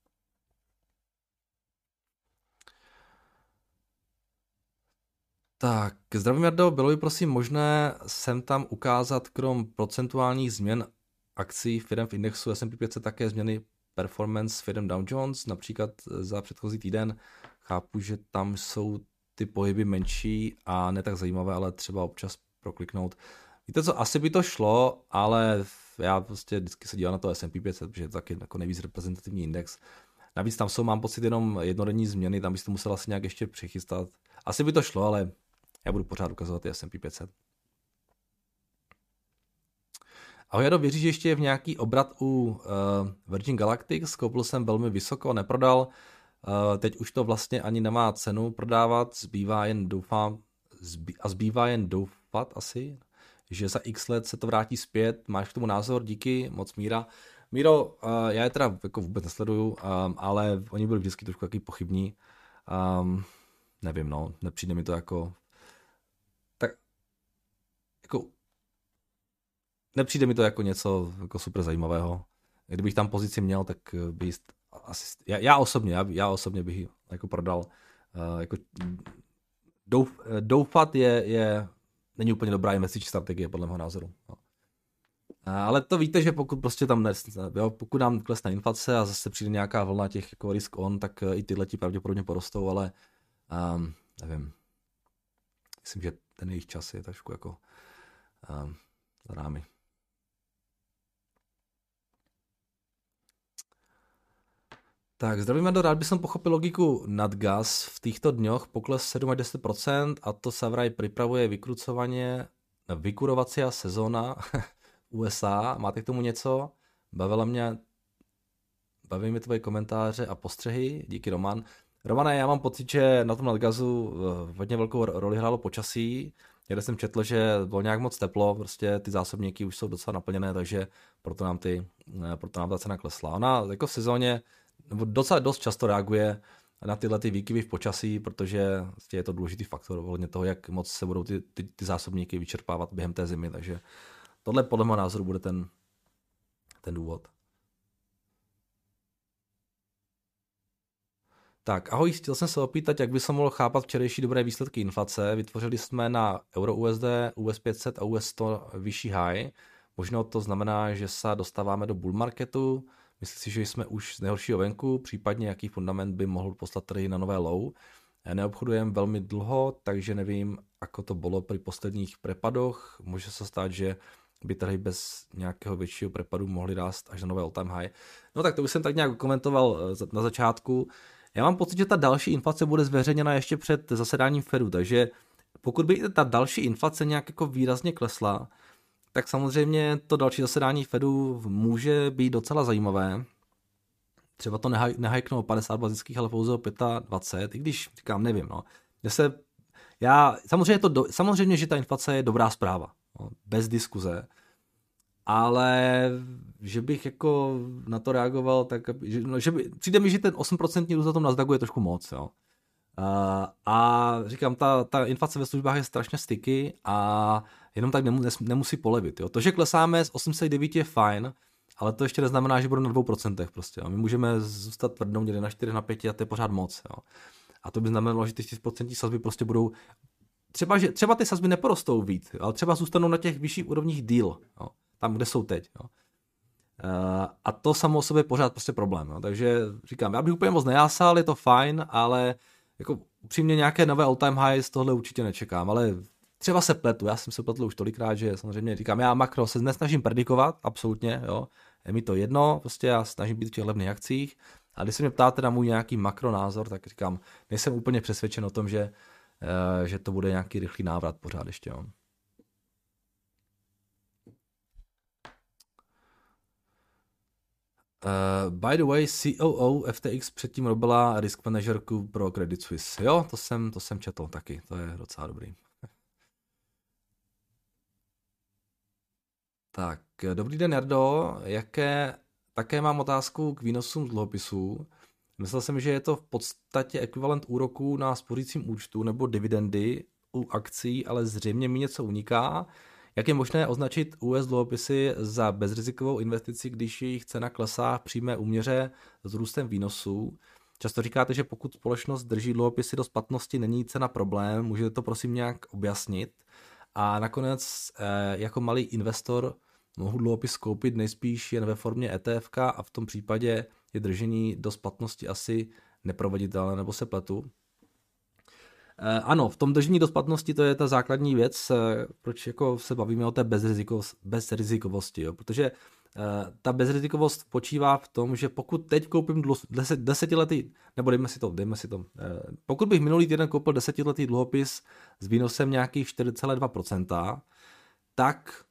Tak, zdravím Jardo, bylo by prosím možné sem tam ukázat krom procentuálních změn akcí firem v indexu S and P pět set také změny performance firem Dow Jones, například za předchozí týden. Chápu, že tam jsou ty pohyby menší a ne tak zajímavé, ale třeba občas prokliknout. Víte co, asi by to šlo, ale já prostě vždycky se dívám na to S and P pět set, protože je to taky jako nejvíc reprezentativní index. Navíc tam jsou, mám pocit, jenom jednodenní změny, tam byste musel asi nějak ještě přichystat. Asi by to šlo, ale já budu pořád ukazovat S and P pět set. Ahoj, Jado, věříš, že ještě je v nějaký obrat u uh, Virgin Galactic? Skoupil jsem velmi vysoko, neprodal. Uh, teď už to vlastně ani nemá cenu prodávat, zbývá jen doufám, zbý, a zbývá jen doufat asi, že za x let se to vrátí zpět. Máš k tomu názor? Díky, moc Míra. Míro, uh, já je teda jako vůbec nesleduju, um, ale oni byli vždycky trošku taky pochybní. Um, nevím, no, nepřijde mi to jako tak jako nepřijde mi to jako něco jako super zajímavého. Kdybych tam pozici měl, tak by jist, asi, já, já osobně, já, já osobně bych ji jako prodal. Uh, jako douf, doufat je, je není úplně dobrá investiční strategie, podle mého názoru. No. Ale to víte, že pokud prostě tam nes, jo, pokud nám klesne inflace a zase přijde nějaká vlna těch jako risk on, tak i tyhle ti pravděpodobně porostou, ale um, nevím. Myslím, že ten jejich čas je trošku jako um, za námi. Tak, zdravím, Jado, rád bych som pochopil logiku Nadgas. V týchto dňoch pokles sedm až deset procent a to sa vraj pripravuje vykrucovanie, vykurovacia sezóna U S A. Máte k tomu něco? Bavila mě, baví mě tvoje komentáře a postřehy. Díky, Roman. Romane, já mám pocit, že na tom Nadgazu hodně velkou roli hrálo počasí. Někde jsem četl, že bylo nějak moc teplo, prostě ty zásobníky už jsou docela naplněné, takže proto nám, ty, proto nám ta cena klesla. Ona jako v sezóně nebo docela dost často reaguje na tyhle ty výkyvy v počasí, protože je to důležitý faktor ohledně toho, jak moc se budou ty, ty, ty zásobníky vyčerpávat během té zimy, takže tohle podle mého názoru bude ten, ten důvod. Tak, ahoj, chtěl jsem se opýtat, jak by se mohl chápat včerejší dobré výsledky inflace. Vytvořili jsme na Euro U S D, U S pět set a U S sto vyšší high. Možná to znamená, že se dostáváme do bull marketu. Myslím si, že jsme už z nejhoršího venku, případně jaký fundament by mohl poslat trhy na nové low. Neobchodujeme velmi dlouho, takže nevím, ako to bylo při posledních prepadoch. Může se stát, že by trhy bez nějakého většího prepadu mohly rást až na nové all-time high. No tak to už jsem tak nějak komentoval na začátku. Já mám pocit, že ta další inflace bude zveřejněna ještě před zasedáním Fedu, takže pokud by ta další inflace nějak jako výrazně klesla, tak samozřejmě to další zasedání Fedu může být docela zajímavé. Třeba to nehaj, nehajknou o padesát bazických, ale pouze o dvacet pět, i když říkám, nevím. No. Se, já, samozřejmě, to do, samozřejmě, že ta inflace je dobrá zpráva, no, bez diskuze, ale že bych jako na to reagoval, tak že, no, že by, přijde mi, že ten osm procent růst na tom Nasdaqu je trošku moc, jo. Uh, a říkám, ta, ta inflace ve službách je strašně sticky a jenom tak nemus, nemusí polevit. Jo. To, že klesáme z osm set devět je fajn, ale to ještě neznamená, že bude na dvou procentech prostě. Jo. My můžeme zůstat tvrdnou někde na čtyři, na pět a to je pořád moc. Jo. A to by znamenalo, že ty čtyři procenta sazby prostě budou, třeba, že, třeba ty sazby neporostou víc, ale třeba zůstanou na těch vyšších úrovních díl, jo. Tam, kde jsou teď. Jo. Uh, a to samo o sobě je pořád prostě problém. Jo. Takže říkám, já bych úplně moc nejásal, je to fajn, ale jako upřímně nějaké nové all-time high z tohle určitě nečekám, ale třeba se pletu, já jsem se pletl už tolikrát, že samozřejmě říkám, já makro se nesnažím predikovat, absolutně, jo, je mi to jedno, prostě já snažím být v těch levných akcích a když se mě ptáte na můj nějaký makro názor, tak říkám, nejsem úplně přesvědčen o tom, že, uh, že to bude nějaký rychlý návrat pořád ještě, jo. Uh, by the way, C O O F T X předtím robila risk manažerku pro Credit Suisse. Jo, to jsem, to jsem četl taky, to je docela dobrý. Tak, dobrý den, Jardo. Jaké, také mám otázku k výnosům z dluhopisů. Myslel jsem, že je to v podstatě ekvivalent úroků na spořícím účtu nebo dividendy u akcí, ale zřejmě mi něco uniká. Jak je možné označit U S dluhopisy za bezrizikovou investici, když jejich cena klesá v přímé úměře s růstem výnosů? Často říkáte, že pokud společnost drží dluhopisy do splatnosti, není cena problém. Můžete to prosím nějak objasnit? A nakonec jako malý investor mohu dluhopis koupit nejspíš jen ve formě E T F a v tom případě je držení do splatnosti asi neproveditelné, nebo se pletu? Ano, v tom držení do splatnosti to je ta základní věc, proč jako se bavíme o té bezrizikovosti, bezrizikovosti, jo? Protože ta bezrizikovost počívá v tom, že pokud teď koupím dlu, deset, desetiletý, nebo dejme si to, dejme si to, pokud bych minulý týden koupil desetiletý dluhopis s výnosem nějakých čtyři celá dva procenta, tak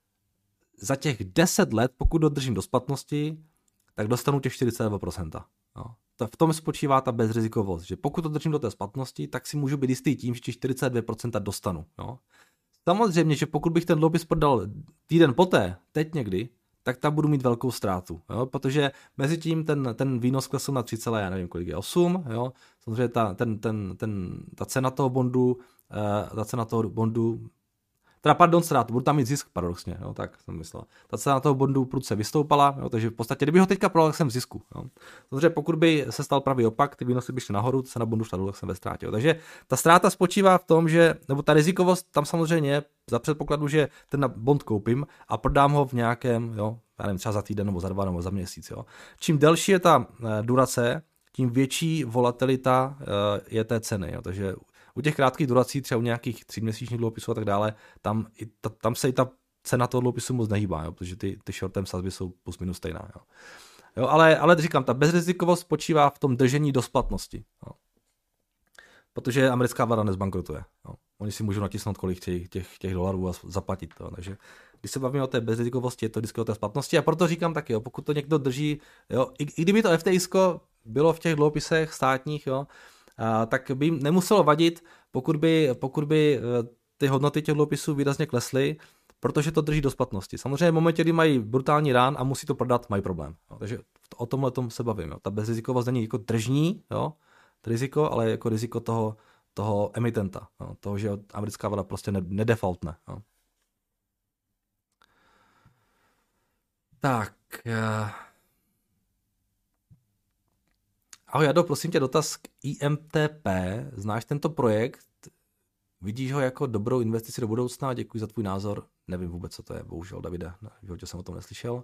za těch deset let, pokud dodržím do splatnosti, tak dostanu těch čtyři celá dva procenta. No. V tom spočívá ta bezrizikovost, že pokud to držím do té splatnosti, tak si můžu být jistý tím, že čtyři celá dva procenta dostanu. No. Samozřejmě, že pokud bych ten dluhopis prodal týden poté, teď někdy, tak tam budu mít velkou ztrátu, jo? Protože mezi tím ten, ten výnos klesl na tři, já nevím, kolik je, osm, jo? Samozřejmě ta, ten, ten, ten, ta cena toho bondu, uh, ta cena toho bondu, teda pardon, ztrátu, budu tam mít zisk paradoxně, jo? Tak jsem myslel. Ta cena toho bondu prudce vystoupala, jo? Takže v podstatě, kdyby ho teďka prodal, tak jsem v zisku. Jo? Samozřejmě pokud by se stal pravý opak, ty výnosy by šly nahoru, cena bondu šla dolů, tak jsem ve ztrátě. Jo? Takže ta ztráta spočívá v tom, že, nebo ta rizikovost tam samozřejmě je, za předpokladu, že ten bond koupím a prodám ho v nějakém, jo, já nevím, třeba za týden nebo za dva nebo za měsíc. Jo. Čím delší je ta durace, tím větší volatilita je té ceny. Jo. Takže u těch krátkých durací, třeba u nějakých tříměsíčních dluhopisů a tak dále, tam, i ta, tam se i ta cena toho dluhopisu moc nehýbá, jo, protože ty, ty short-term sazby jsou plus minus stejná. Jo. Jo, ale, ale říkám, ta bezrizikovost spočívá v tom držení do splatnosti. Jo. Protože americká vláda nezbankrotuje. Jo. Oni si můžou natisnout, kolik těch, těch, těch dolarů a zaplatit. Jo. Takže když se bavíme o té bezrizikovosti, je to vždycky o té splatnosti a proto říkám taky, jo, pokud to někdo drží, jo, i, i kdyby to F T X bylo v těch dluhopisech státních, jo, a, tak by jim nemuselo vadit, pokud by, pokud by ty hodnoty těch dluhopisů výrazně klesly, protože to drží do splatnosti. Samozřejmě v momentě, kdy mají brutální rán a musí to prodat, mají problém. Jo. Takže o tomhle tom se bavím. Jo. Ta bezrizikovost není jako tržní, jo, riziko, ale jako riziko toho, toho emitenta, jo, toho, že americká vláda prostě nedefaultne. Jo. Tak. Uh... Ahoj Jado, prosím tě dotaz k I M T P. Znáš tento projekt? Vidíš ho jako dobrou investici do budoucna? Děkuji za tvůj názor. Nevím vůbec, co to je, bohužel, Davide. V životě jsem o tom neslyšel.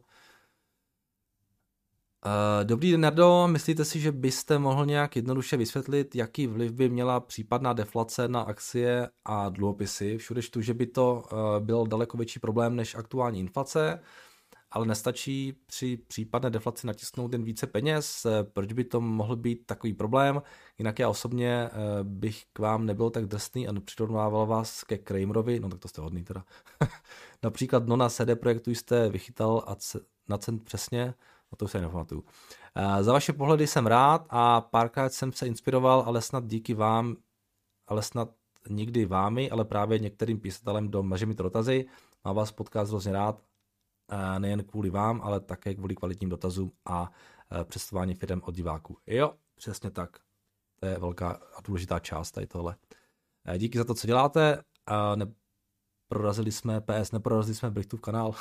Uh, dobrý den, Nardo. Myslíte si, že byste mohl nějak jednoduše vysvětlit, jaký vliv by měla případná deflace na akcie a dluhopisy? Všude čtu, že by to uh, byl daleko větší problém než aktuální inflace, ale nestačí při případné deflaci natisnout jen více peněz. Proč by to mohl být takový problém? Jinak já osobně uh, bych k vám nebyl tak drsný a nepřirovnával vás ke Kramerovi, no tak to jste hodný teda. Například dno na C D Projektu jste vychytal a c- na cent přesně, no to už se nepamatuju. Uh, za vaše pohledy jsem rád a párkrát jsem se inspiroval, ale snad díky vám, ale snad nikdy vámi, ale právě některým písatelem do Maže mi to dotazy. Mám vás podcast hrozně rád nejen kvůli vám, ale také kvůli kvalitním dotazům a představování firem od diváků. Jo, přesně tak. To je velká a důležitá část tady tohle. Díky za to, co děláte. Neprorazili jsme P S, neprorazili jsme Brichtův kanál.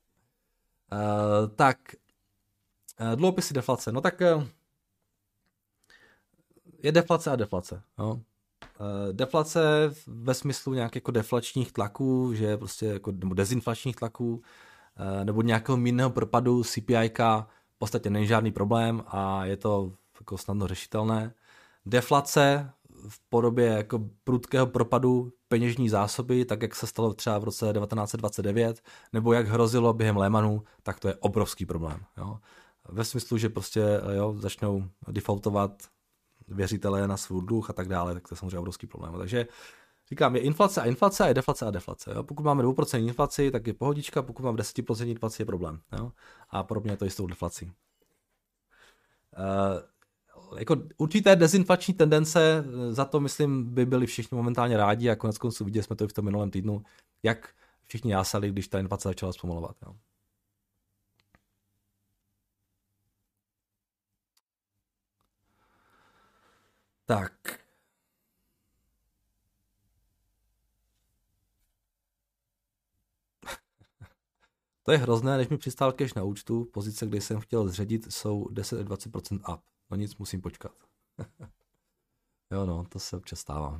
Tak, dluhopisy deflace. No tak je deflace a deflace. No. Deflace ve smyslu nějakých jako deflačních tlaků, že prostě jako, nebo dezinflačních tlaků, nebo nějakého mírného propadu C P I ka v podstatě není žádný problém a je to jako snadno řešitelné. Deflace v podobě jako prudkého propadu peněžní zásoby, tak jak se stalo třeba v roce devatenáct set dvacet devět, nebo jak hrozilo během Lehmanu, tak to je obrovský problém. Jo. Ve smyslu, že prostě jo, začnou defaultovat věřitelé na svůj dluh a tak dále, tak to je samozřejmě obrovský problém. Takže říkám, je inflace a inflace a je deflace a deflace. Jo. Pokud máme dvě procenta inflaci, tak je pohodička, pokud máme deset procent inflaci, je problém. Jo. A podobně je to i s tou deflací. Uh, jako určité dezinflační tendence, za to myslím, by byli všichni momentálně rádi a konec konců viděli jsme to i v tom minulém týdnu, jak všichni jásali, když ta inflace začala zpomalovat. Jo. Tak. To je hrozné, než mi přistál cash na účtu, pozice, kde jsem chtěl zředit, jsou deset až dvacet procent up. No nic, musím počkat. Jo no, to se občas stává.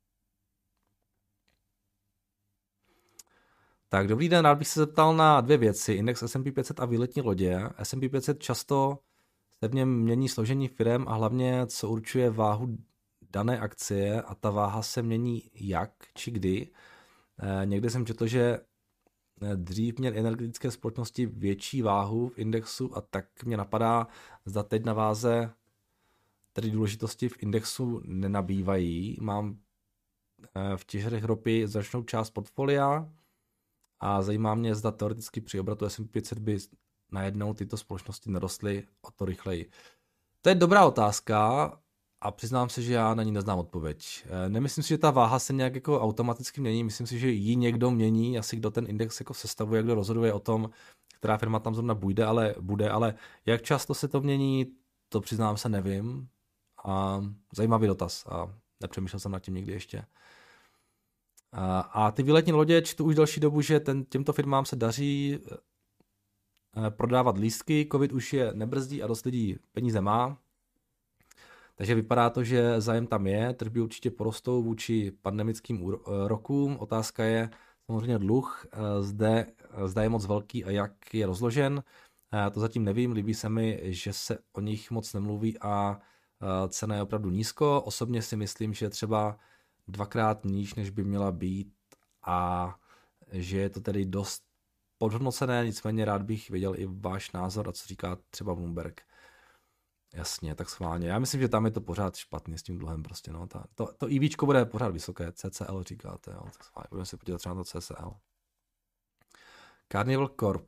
Tak, dobrý den, rád bych se zeptal na dvě věci. Index S and P pět set a výletní lodě. S and P pět set často se v něm mění složení firem a hlavně, co určuje váhu dané akcie a ta váha se mění jak či kdy. E, někde jsem četl, že dřív měl energetické společnosti větší váhu v indexu a tak mě napadá, zda teď na váze tedy důležitosti v indexu nenabývají. Mám v těžerech ropy značnou část portfolia a zajímá mě, zda teoreticky při obratu S and P pět set by najednou tyto společnosti nerostly o to rychleji. To je dobrá otázka a přiznám se, že já na ní neznám odpověď. Nemyslím si, že ta váha se nějak jako automaticky mění, myslím si, že ji někdo mění, asi kdo ten index jako sestavuje, kdo rozhoduje o tom, která firma tam zrovna bude, ale, bude, ale jak často se to mění, to přiznám se nevím. A zajímavý dotaz a nepřemýšlel jsem nad tím nikdy ještě. A, a ty výletní lodě čtu už další dobu, že ten, těmto firmám se daří prodávat lístky, covid už je nebrzdí a dost lidí peníze má. Takže vypadá to, že zájem tam je, tržby určitě porostou vůči pandemickým rokům. Otázka je samozřejmě dluh, zde, zde je moc velký a jak je rozložen. To zatím nevím, líbí se mi, že se o nich moc nemluví a cena je opravdu nízko. Osobně si myslím, že je třeba dvakrát níž, než by měla být a že je to tedy dost podhodnocené, nicméně rád bych věděl i váš názor a co říká třeba Bloomberg. Jasně, tak schválně. Já myslím, že tam je to pořád špatně s tím dluhem prostě, no. Ta, to, to IVčko bude pořád vysoké, C C L říkáte, jo. Tak schválně, budeme si podívat třeba na to C C L. Carnival Corp.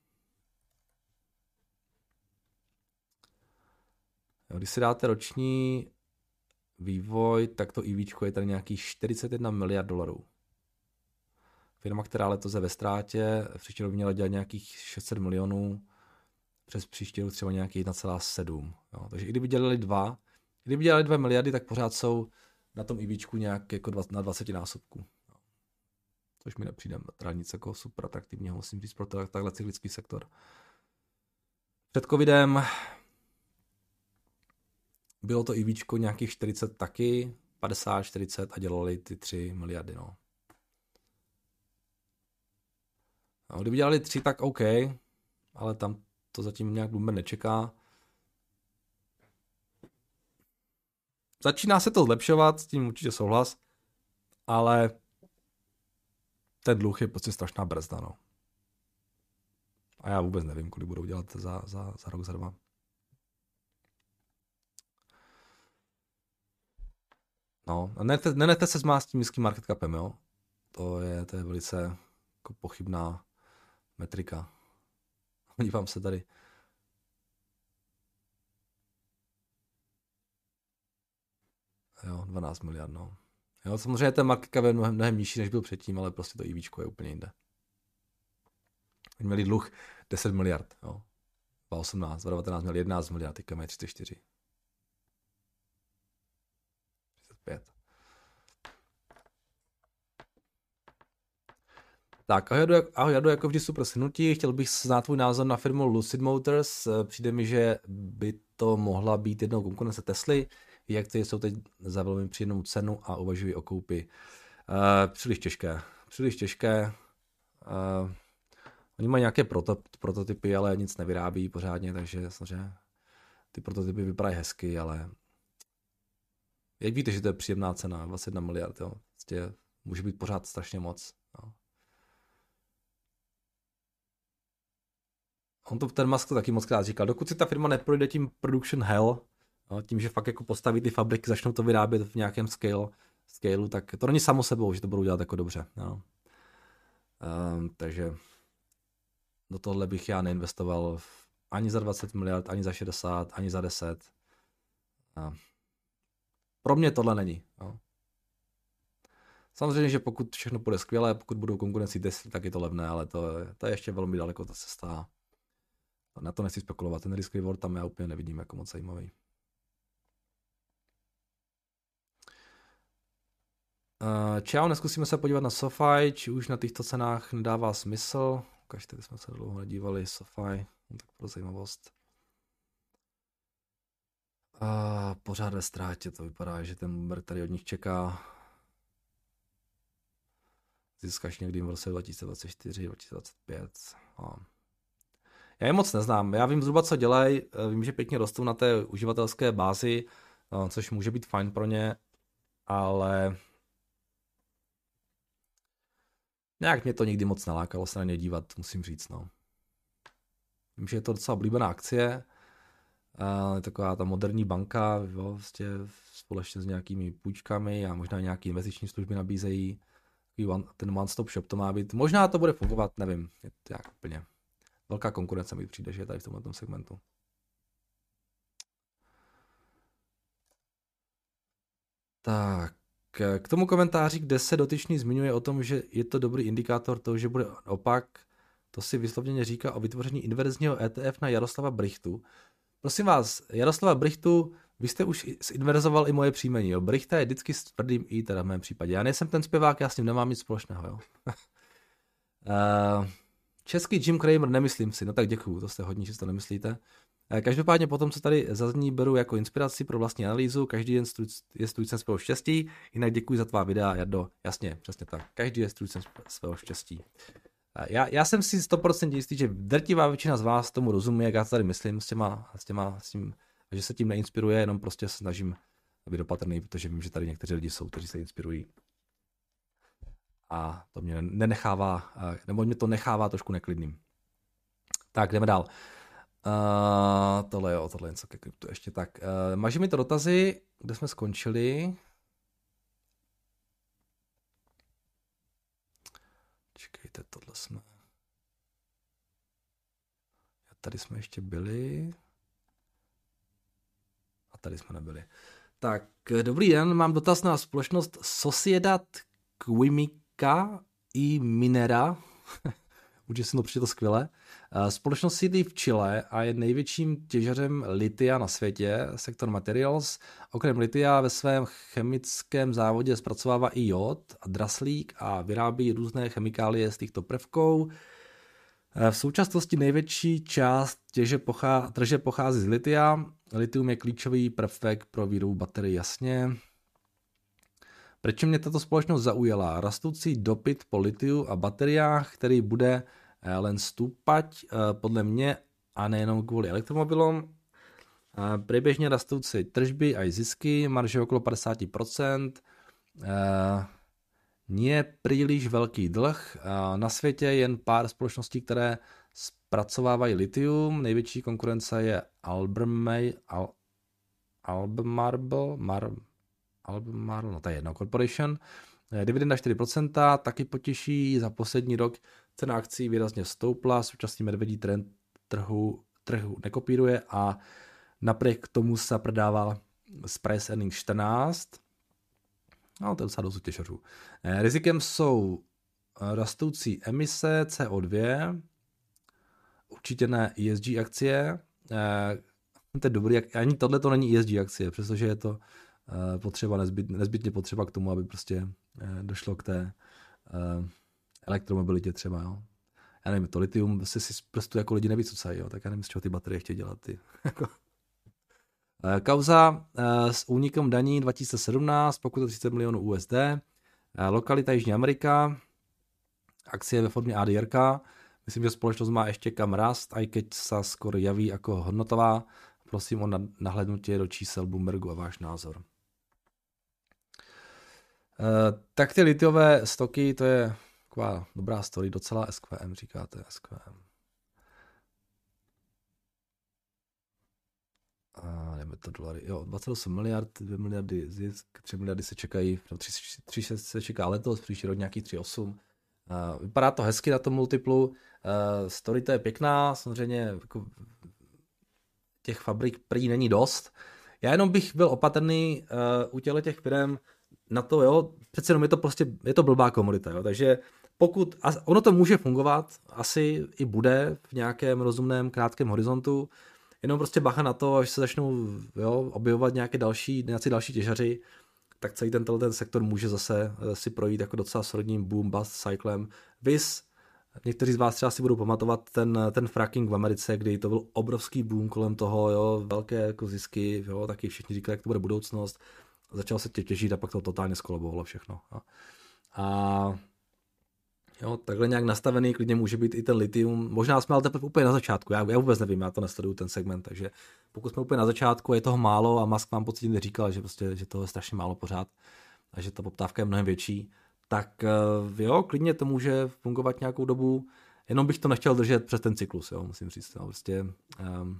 Jo, když si dáte roční vývoj, tak to IVčko je tady nějakých čtyřicet jedna miliard dolarů. Firma, která letos je ve ztrátě, v příští rok měla dělat nějakých šest set milionů, přes příští rok třeba nějaký jedna celá sedm. Jo. Takže i kdyby dělali dva, kdyby dělali dva miliardy, tak pořád jsou na tom IVčku nějak jako dva, na dvacet násobku. Jo. Což mi nepřijde teda nic jako super atraktivního, musím říct, pro takhle cyklický sektor. Před covidem bylo to IVčko nějakých čtyřicet taky, padesát, čtyřicet a dělali ty tři miliardy. No. No, kdyby dělali tři, tak OK, ale tam to zatím nějak Bloomberg nečeká. Začíná se to zlepšovat, s tím určitě souhlas, ale ten dluh je prostě strašná brzda, no. A já vůbec nevím, kolik budou dělat za, za, za rok, za dva. No, nenechte se zmást s tím nízkým market capem, jo. To je, to je velice jako pochybná metrika. Dívám se tady. Jo, dvanáct miliard, no. Jo, samozřejmě ten market cap je mnohem, mnohem nižší, než byl předtím, ale prostě to IVčko je úplně jinde. Oni měli dluh deset miliard, jo. dvacet osmnáct, dvacet devatenáct měli jedenáct miliard, teďka mají třicet čtyři. třicet pět. Tak, ahoj, ahoj Jado, jako vždy super shrnutí. Chtěl bych znát tvůj názor na firmu Lucid Motors. Přijde mi, že by to mohla být jednou konkurence Tesly. Jak ty jsou teď za velmi příjemnou cenu a uvažují o koupi. Uh, příliš těžké. Příliš těžké. Uh, oni mají nějaké proto, prototypy, ale nic nevyrábí pořádně, takže samozřejmě ty prototypy vypadají hezky, ale jak víte, že to je příjemná cena, dvacet jedna miliard, jo. Vlastně může být pořád strašně moc. Jo. On to ten Musk to taky moc krát říkal, dokud si ta firma neprojde tím production hell, no, tím, že fakt jako postaví ty fabriky, začnou to vyrábět v nějakém scale, scaleu, tak to není samo sebou, že to budou dělat jako dobře. No. Um, takže do tohle bych já neinvestoval ani za dvacet miliard, ani za šedesát, ani za deset. No. Pro mě tohle není. No. Samozřejmě, že pokud všechno bude skvěle, pokud budou konkurenci Tesla, tak je to levné, ale to, to je ještě velmi daleko ta cesta. Na to nechci spekulovat, ten risk reward tam já úplně nevidím jako moc zajímavý. Uh, čau, neskusíme se podívat na SoFi, či už na těchto cenách nedává smysl. Ukažte, jsme se dlouho nedívali, SoFi, no tak pro zajímavost. Uh, pořád ve ztrátě, to vypadá, že ten Bloomberg tady od nich čeká. Získáš někdy v roce dva tisíce dvacet čtyři, dva tisíce dvacet pět. Uh. Já je moc neznám, já vím zhruba, co dělají, vím, že pěkně rostou na té uživatelské bázi, což může být fajn pro ně, ale nějak mě to nikdy moc nalákalo se na ně dívat, musím říct, no. Vím, že je to docela oblíbená akcie, je taková ta moderní banka, jo, vlastně společně s nějakými půjčkami a možná nějaké investiční služby nabízejí, ten one-stop shop to má být, možná to bude fungovat, nevím, je to jak úplně. Velká konkurence mi přijde, že je tady v tomhle segmentu. Tak, k tomu komentáři, kde se dotyčný zmiňuje o tom, že je to dobrý indikátor toho, že bude opak, to si vyslovně říká o vytvoření inverzního E T F na Jaroslava Brychtu. Prosím vás, Jaroslava Brychtu, vy jste už zinverzoval i moje příjmení, jo. Brychta je vždycky s tvrdým i, teda v mém případě. Já nejsem ten zpěvák, já s ním nemám nic společného, jo. uh, Český Jim Cramer, nemyslím si, no tak děkuju, to jste hodně, že si to nemyslíte. Každopádně potom, co tady zazní, beru jako inspiraci pro vlastní analýzu, každý den je strůjcem svého štěstí, jinak děkuji za tvá videa, Jardo, jasně, přesně tak, každý je strůjcem svého štěstí. Já, já jsem si sto procent jistý, že drtivá většina z vás tomu rozumí, jak já to tady myslím s těma, s těma, s tím, že se tím neinspiruje, jenom prostě se snažím být opatrný, protože vím, že tady někteří lidi jsou, kteří se inspirují. A to mě nenechává, nebo mě to nechává trošku neklidným. Tak, jdeme dál. Uh, tohle jo, tohle něco ke kryptu ještě tak. Uh, Maži mi to dotazy, kde jsme skončili. Čekejte, tohle jsme... Tady jsme ještě byli. A tady jsme nebyli. Tak, dobrý den, mám dotaz na společnost Sociedad Química y Minera. Určitě jsem to přečetl skvěle. Společnost sídlí v Chile a je největším těžařem litia na světě, Sector Materials. Okrem litia ve svém chemickém závodě zpracovává i jód a draslík a vyrábí různé chemikálie z těchto prvků. V současnosti největší část těže pochá, trže pochází z litia. Litium je klíčový prvek pro výrobu baterií, jasně. Proč mě tato společnost zaujala? Rastoucí dopyt po litiu a bateriách, který bude len stúpať podle mě a nejenom kvůli elektromobilům. Průběžně rastoucí tržby a zisky, marže okolo padesát procent. Nie příliš velký dlh. Na světě je jen pár společností, které zpracovávají litium. Největší konkurence je Albemarle, Al, Albemarle, Mar, Albemarle, no to je jedno, Corporation. Dividenda čtyři procenta, taky potěší. Za poslední rok cena akcí výrazně stoupla, současný medvědí trend trhu, trhu nekopíruje a napriek tomu se prodával z price earnings čtrnáct. No, to je docela dost těžařů. Rizikem jsou rastoucí emise C O dva, určitě ne E S G akcie. To je dobrý, ani tohle to není E S G akcie, přestože je to potřeba, nezbyt, nezbytně potřeba k tomu, aby prostě došlo k té elektromobilitě třeba, jo. Já nevím, to litium se si prostě jako lidi nevycucají, jo, tak já nevím, z čeho ty baterie chtějí dělat. Ty. Kauza s únikem daní dva tisíce sedmnáct, pokuta třicet milionů U S D, lokalita Jižní Amerika, akcie ve formě A D R K, myslím, že společnost má ještě kam rast, a i keď sa skoro javí jako hodnotová. Prosím o nahlédnutí do čísel Bloombergu a váš názor. Tak ty litiové stoky, to je taková dobrá story, docela S Q M, říkáte S Q M. A jdeme to dolary. Jo, dvacet osm miliard, dvě miliardy zisk, tři miliardy se čekají, no tři šest se čeká letos, příští rok nějaký tři osm. Uh, vypadá to hezky na tom multiplu, uh, story to je pěkná, samozřejmě jako těch fabrik prý není dost. Já jenom bych byl opatrný uh, u těchto těch firm na to, jo, přece jenom je to prostě, je to blbá komodita, jo, takže pokud, a ono to může fungovat, asi i bude v nějakém rozumném krátkém horizontu, jenom prostě bacha na to, až se začnou, jo, objevovat nějaké další, nějaké další těžaři, tak celý ten, ten sektor může zase si projít jako docela solidním boom bust cyklem. Vys, někteří z vás třeba si budou pamatovat ten, ten fracking v Americe, kdy to byl obrovský boom kolem toho, jo, velké jako zisky, jo, taky všichni říkali, jak to bude budoucnost. Začalo se tě těžit a pak to totálně skolabovalo všechno. Jo. A jo, takhle nějak nastavený klidně může být i ten litium. Možná jsme ale teprve úplně na začátku, já, já vůbec nevím, já to nesleduju ten segment, takže pokud jsme úplně na začátku, je toho málo a Musk vám pocitně říkal, že, prostě, že toho je strašně málo pořád a že ta poptávka je mnohem větší, tak jo, klidně to může fungovat nějakou dobu, jenom bych to nechtěl držet přes ten cyklus, jo, musím říct. No, prostě, um,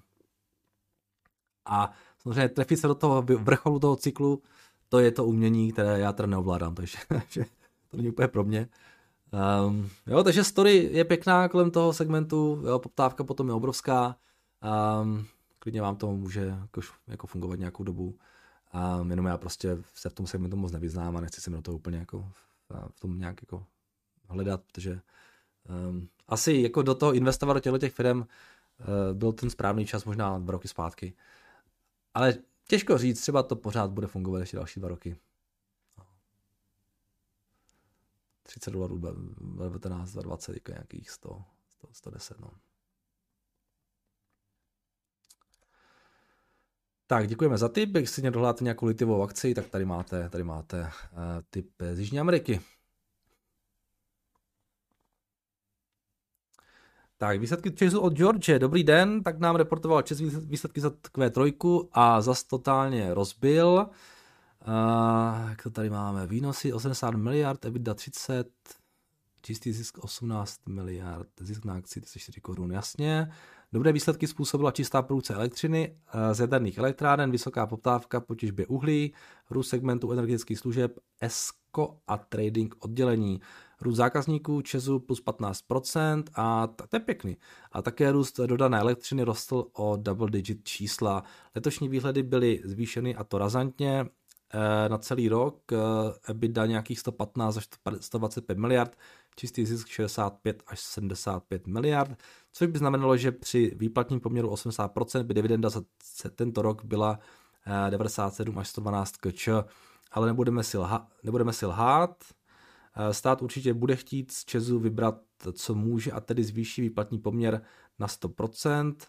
a samozřejmě trefit se do toho vrcholu toho cyklu, to je to umění, které já teda neovládám, takže to není úplně pro mě. Um, jo, takže story je pěkná kolem toho segmentu, jo, poptávka potom je obrovská, um, klidně vám to může jako, jako fungovat nějakou dobu, um, jenom já prostě se v tom segmentu moc nevyznám a nechci se mi do toho úplně jako v tom nějak jako hledat, protože um, asi jako do toho investovat do těchto těch firm uh, byl ten správný čas možná dva roky zpátky, ale těžko říct, třeba to pořád bude fungovat ještě další dva roky. třicet dolarů, devatenáct, dvacet, jako nějakých sto, sto, sto deset, no. Tak, děkujeme za tip. Když si někdo hledáte nějakou litivou akci, tak tady máte, tady máte uh, tip z Jižní Ameriky. Tak, výsledky Chaseu od George. Dobrý den, tak nám reportoval Chase výsledky za Q tři a zas totálně rozbil. Uh, jak to tady máme? Výnosy osmdesát miliard, EBITDA třicet, čistý zisk osmnáct miliard, zisk na akci třicet čtyři korun, jasně. Dobré výsledky způsobila čistá produkce elektřiny z jaderných elektráren, vysoká poptávka po těžbě uhlí, růst segmentu energetických služeb, ESCO a trading oddělení. Růst zákazníků Česu plus patnáct procent a to je pěkný. A také růst dodané elektřiny rostl o double digit čísla. Letošní výhledy byly zvýšeny a to razantně. Na celý rok EBITDA nějakých sto patnáct až sto dvacet pět miliard, čistý zisk šedesát pět až sedmdesát pět miliard, což by znamenalo, že při výplatním poměru osmdesát procent by dividenda za tento rok byla devadesát sedm až sto dvanáct kč, ale nebudeme si, lha, nebudeme si lhát. Stát určitě bude chtít z Česu vybrat, co může, a tedy zvýší výplatní poměr na sto procent.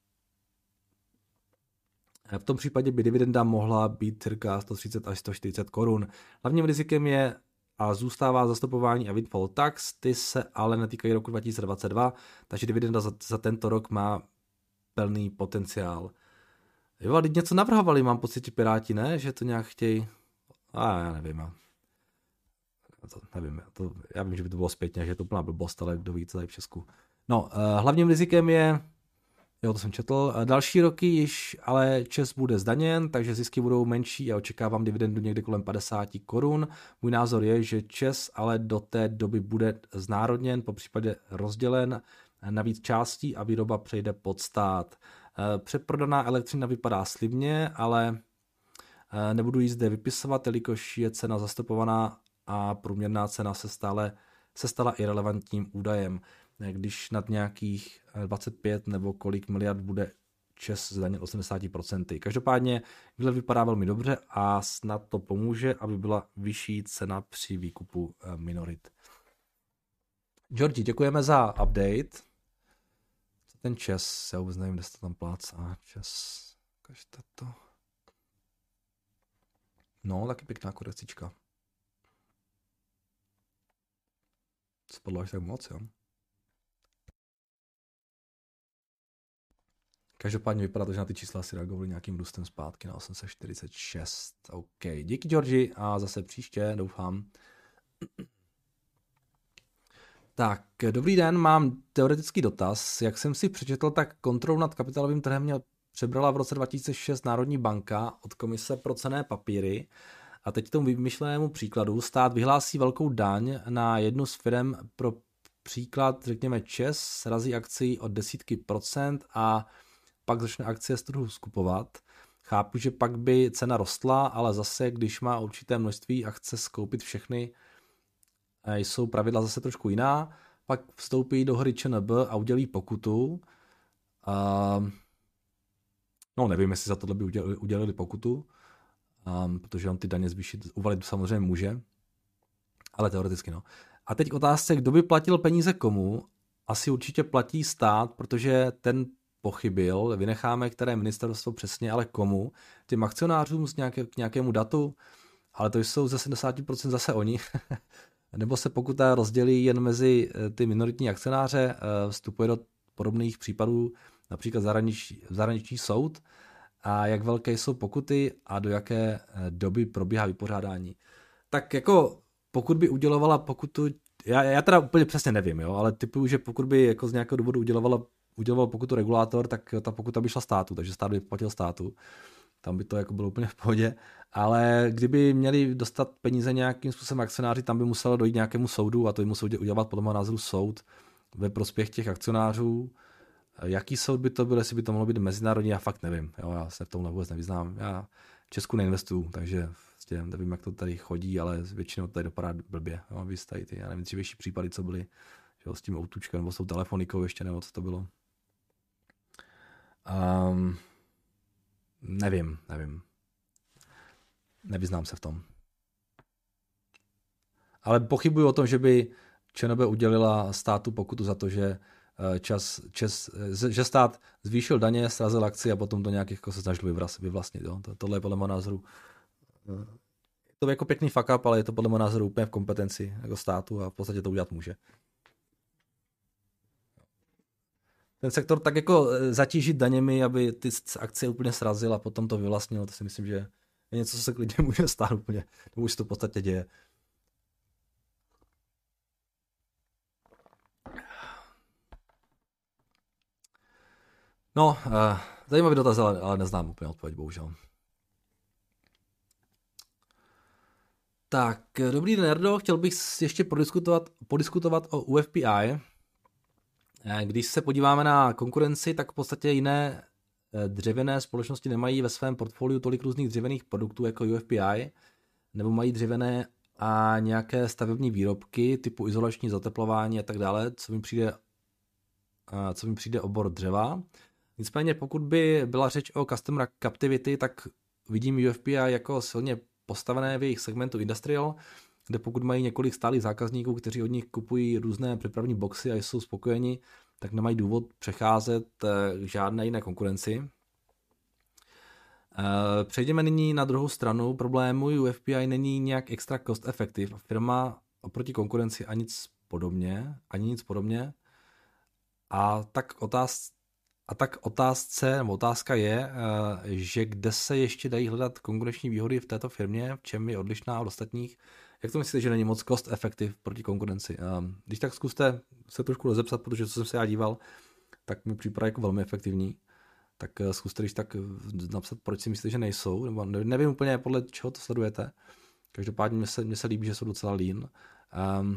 V tom případě by dividenda mohla být cirka sto třicet až sto čtyřicet korun. Hlavním rizikem je a zůstává zastupování a windfall tax, ty se ale netýkají roku dva tisíce dvacet dva, takže dividenda za, za tento rok má plný potenciál. Jo, a teď něco navrhovali, mám pocit, Piráti, ne? Že to nějak chtějí... A já nevím, já... To, nevím, to, já vím, že by to bylo zpětně, že je to úplná blbost, ale kdo ví, co tady v Česku. No, uh, hlavním rizikem je... Jo, to jsem četl. Další roky již ale ČEZ bude zdaněn, takže zisky budou menší a očekávám dividendu někde kolem padesát korun. Můj názor je, že ČEZ ale do té doby bude znárodněn, po případě rozdělen na víc částí a výroba přejde pod stát. Přeprodaná elektřina vypadá slibně, ale nebudu ji zde vypisovat, jelikož je cena zastupovaná a průměrná cena se stále se stala irelevantním údajem. když nad nějakých dvacet pět nebo kolik miliard bude ČEZ zdaněn osmdesát procent. Každopádně výhled vypadá velmi dobře a snad to pomůže, aby byla vyšší cena při výkupu minorit. Georgi, děkujeme za update. Co ten ČEZ? Já vůbec nevím, kde se to tam plácá. ČEZ. Kažte to. No, taky pěkná korekcička. Spadlo až tak moc, jo. Každopádně vypadá to, že na ty čísla si reagovali nějakým růstem zpátky na osm set čtyřicet šest. OK, díky Georgi a zase příště, doufám. Tak, dobrý den, mám teoretický dotaz. Jak jsem si přečetl, tak kontrolu nad kapitálovým trhem měl přebrala v roce dva tisíce šest Národní banka od Komise pro cenné papíry. A teď tomu vymyšlenému příkladu stát vyhlásí velkou daň na jednu z firm, pro příklad, řekněme ČEZ, srazí akcí od desítky procent a pak začne akcie z trhu skupovat. Chápu, že pak by cena rostla, ale zase, když má určité množství a chce skoupit všechny, jsou pravidla zase trošku jiná. Pak vstoupí do hry ČNB a udělí pokutu. Uh, no nevím, jestli za tohle by udělali, udělali pokutu, um, protože on ty daně zvýšit, uvalit samozřejmě může, ale teoreticky no. A teď k otázce, kdo by platil peníze komu? Asi určitě platí stát, protože ten pochybil, vynecháme, které ministerstvo přesně, ale komu? Těm akcionářům z nějaké, k nějakému datu, ale to jsou ze sedmdesát procent zase oni. Nebo se pokuta rozdělí jen mezi ty minoritní akcionáře, vstupuje do podobných případů například zahraniční, zahraniční soud a jak velké jsou pokuty a do jaké doby probíhá vypořádání. Tak jako pokud by udělovala pokutu, já, já teda úplně přesně nevím, jo, ale typuju, že pokud by jako z nějakého důvodu udělovala, uděloval pokutu regulátor, tak ta pokuta by šla státu, takže stát by platil státu. Tam by to jako bylo úplně v pohodě, ale kdyby měli dostat peníze nějakým způsobem akcionáři, tam by muselo dojít nějakému soudu a to by musel udělat podle mého názoru soud ve prospěch těch akcionářů. Jaký soud by to byl, jestli by to mohlo být mezinárodní, já fakt nevím, jo, já se v tomhle vůbec nevyznám. Já v Česku neinvestuju, takže vlastně nevím, jak to tady chodí, ale většinou tady dopadá blbě. Jo, vy tady ty, já nevím, dřívější případy, co byly, že jo, s tím outučkem, nebo s tou telefonikou ještě, nebo co to bylo. Um, Nevím, nevím. Nevyznám se v tom. Ale pochybuji o tom, že by ČNB udělila státu pokutu za to, že, čas, čas, že stát zvýšil daně, srazil akci a potom to nějak jako se snažil vyvlastnit. Jo? Tohle je podle mého názoru. To je jako pěkný fuck up, ale je to podle mého názoru úplně v kompetenci jako státu a v podstatě to udělat může. Ten sektor tak jako zatížit daněmi, aby ty akcie úplně srazil a potom to vyvlastnil, to si myslím, že je něco, co se klidně může stát úplně, nebo už se to v podstatě děje. No, uh, zajímavý dotaz, ale, ale neznám úplně odpověď, bohužel. Tak, dobrý den, Nerdo, chtěl bych ještě podiskutovat, podiskutovat o U F P I. Když se podíváme na konkurenci, tak v podstatě jiné dřevěné společnosti nemají ve svém portfoliu tolik různých dřevěných produktů jako U F P I, nebo mají dřevěné a nějaké stavební výrobky typu izolační zateplování a tak dále, co mi přijde, co mi přijde obor dřeva. Nicméně pokud by byla řeč o customer captivity, tak vidím U F P I jako silně postavené v jejich segmentu industrial, kde pokud mají několik stálých zákazníků, kteří od nich kupují různé přepravní boxy a jsou spokojeni, tak nemají důvod přecházet k žádné jiné konkurenci. Přejdeme nyní na druhou stranu problému. U F P I není nějak extra cost effective. Firma oproti konkurenci ani nic podobně, ani nic podobně. A tak otázka, a tak otázce, nebo otázka je, že kde se ještě dají hledat konkurenční výhody v této firmě, v čem je odlišná od ostatních. Jak to myslíte, že není moc cost effective proti konkurenci? Když tak zkuste se trošku rozepsat, protože co jsem se já díval, tak mi připadá jako velmi efektivní. Tak zkuste když tak napsat, proč si myslíte, že nejsou. Nebo nevím úplně, podle čeho to sledujete. Každopádně mně se, mně se líbí, že jsou docela lean. Um,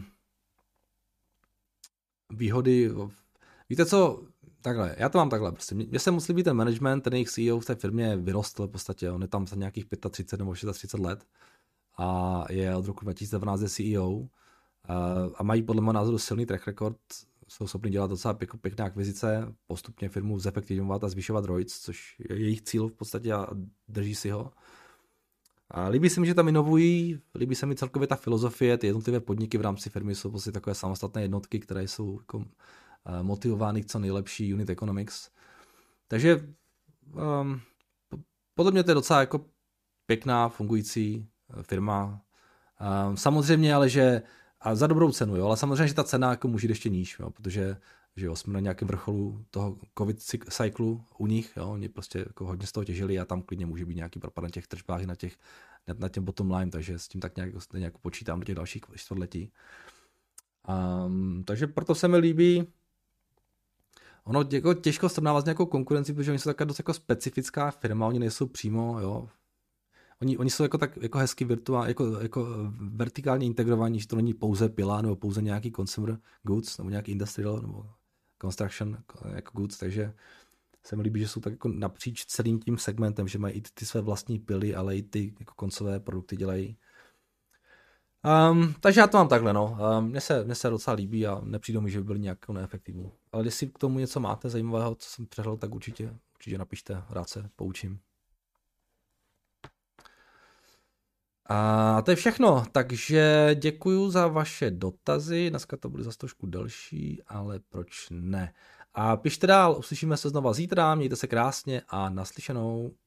výhody, víte co, takhle, já to mám takhle, prostě. Mně se moc líbí ten management, ten jejich C E O v té firmě vyrostl v podstatě, on je tam za nějakých třicet pět nebo třicet let a je od roku dva tisíce dvanáct C E O a mají podle mého názoru silný track record, jsou schopni dělat docela pěk, pěkné akvizice, postupně firmu zefektivňovat a zvyšovat R O I C, což je jejich cíl v podstatě a drží si ho. A líbí se mi, že tam inovují, líbí se mi celkově ta filozofie, ty jednotlivé podniky v rámci firmy jsou prostě takové samostatné jednotky, které jsou jako motivovány k co nejlepší unit economics. Takže um, podle mě to je docela jako pěkná, fungující firma. Um, samozřejmě, ale že a za dobrou cenu, jo, ale samozřejmě, že ta cena jako může jít ještě níž, jo, protože že jo, jsme na nějakém vrcholu toho covid cyklu u nich, jo, oni prostě jako hodně z toho těžili a tam klidně může být nějaký propad na těch tržbách i na těch na těm bottom line, takže s tím tak nějak, nějak počítám do těch dalších čtvrtletí. Um, takže proto se mi líbí. Ono jako těžko srovnávat s nějakou konkurencí, protože oni jsou taková dost jako specifická firma, oni nejsou přímo, jo. Oni, oni jsou jako tak jako hezky virtuál, jako, jako vertikálně integrovaní, že to není pouze pila nebo pouze nějaký consumer goods nebo nějaký industrial nebo construction jako goods, takže se mi líbí, že jsou tak jako napříč celým tím segmentem, že mají i ty své vlastní pily, ale i ty jako koncové produkty dělají. Um, takže já to mám takhle, no. Um, mně, se, mně se docela líbí a nepřijde mi, že by byly nějak neefektivní. Ale jestli k tomu něco máte zajímavého, co jsem přehrál, tak určitě, určitě napište, rád se poučím. A to je všechno, takže děkuju za vaše dotazy, dneska to bude zase trošku delší, ale proč ne. A pište dál, uslyšíme se znova zítra, mějte se krásně a naslyšenou.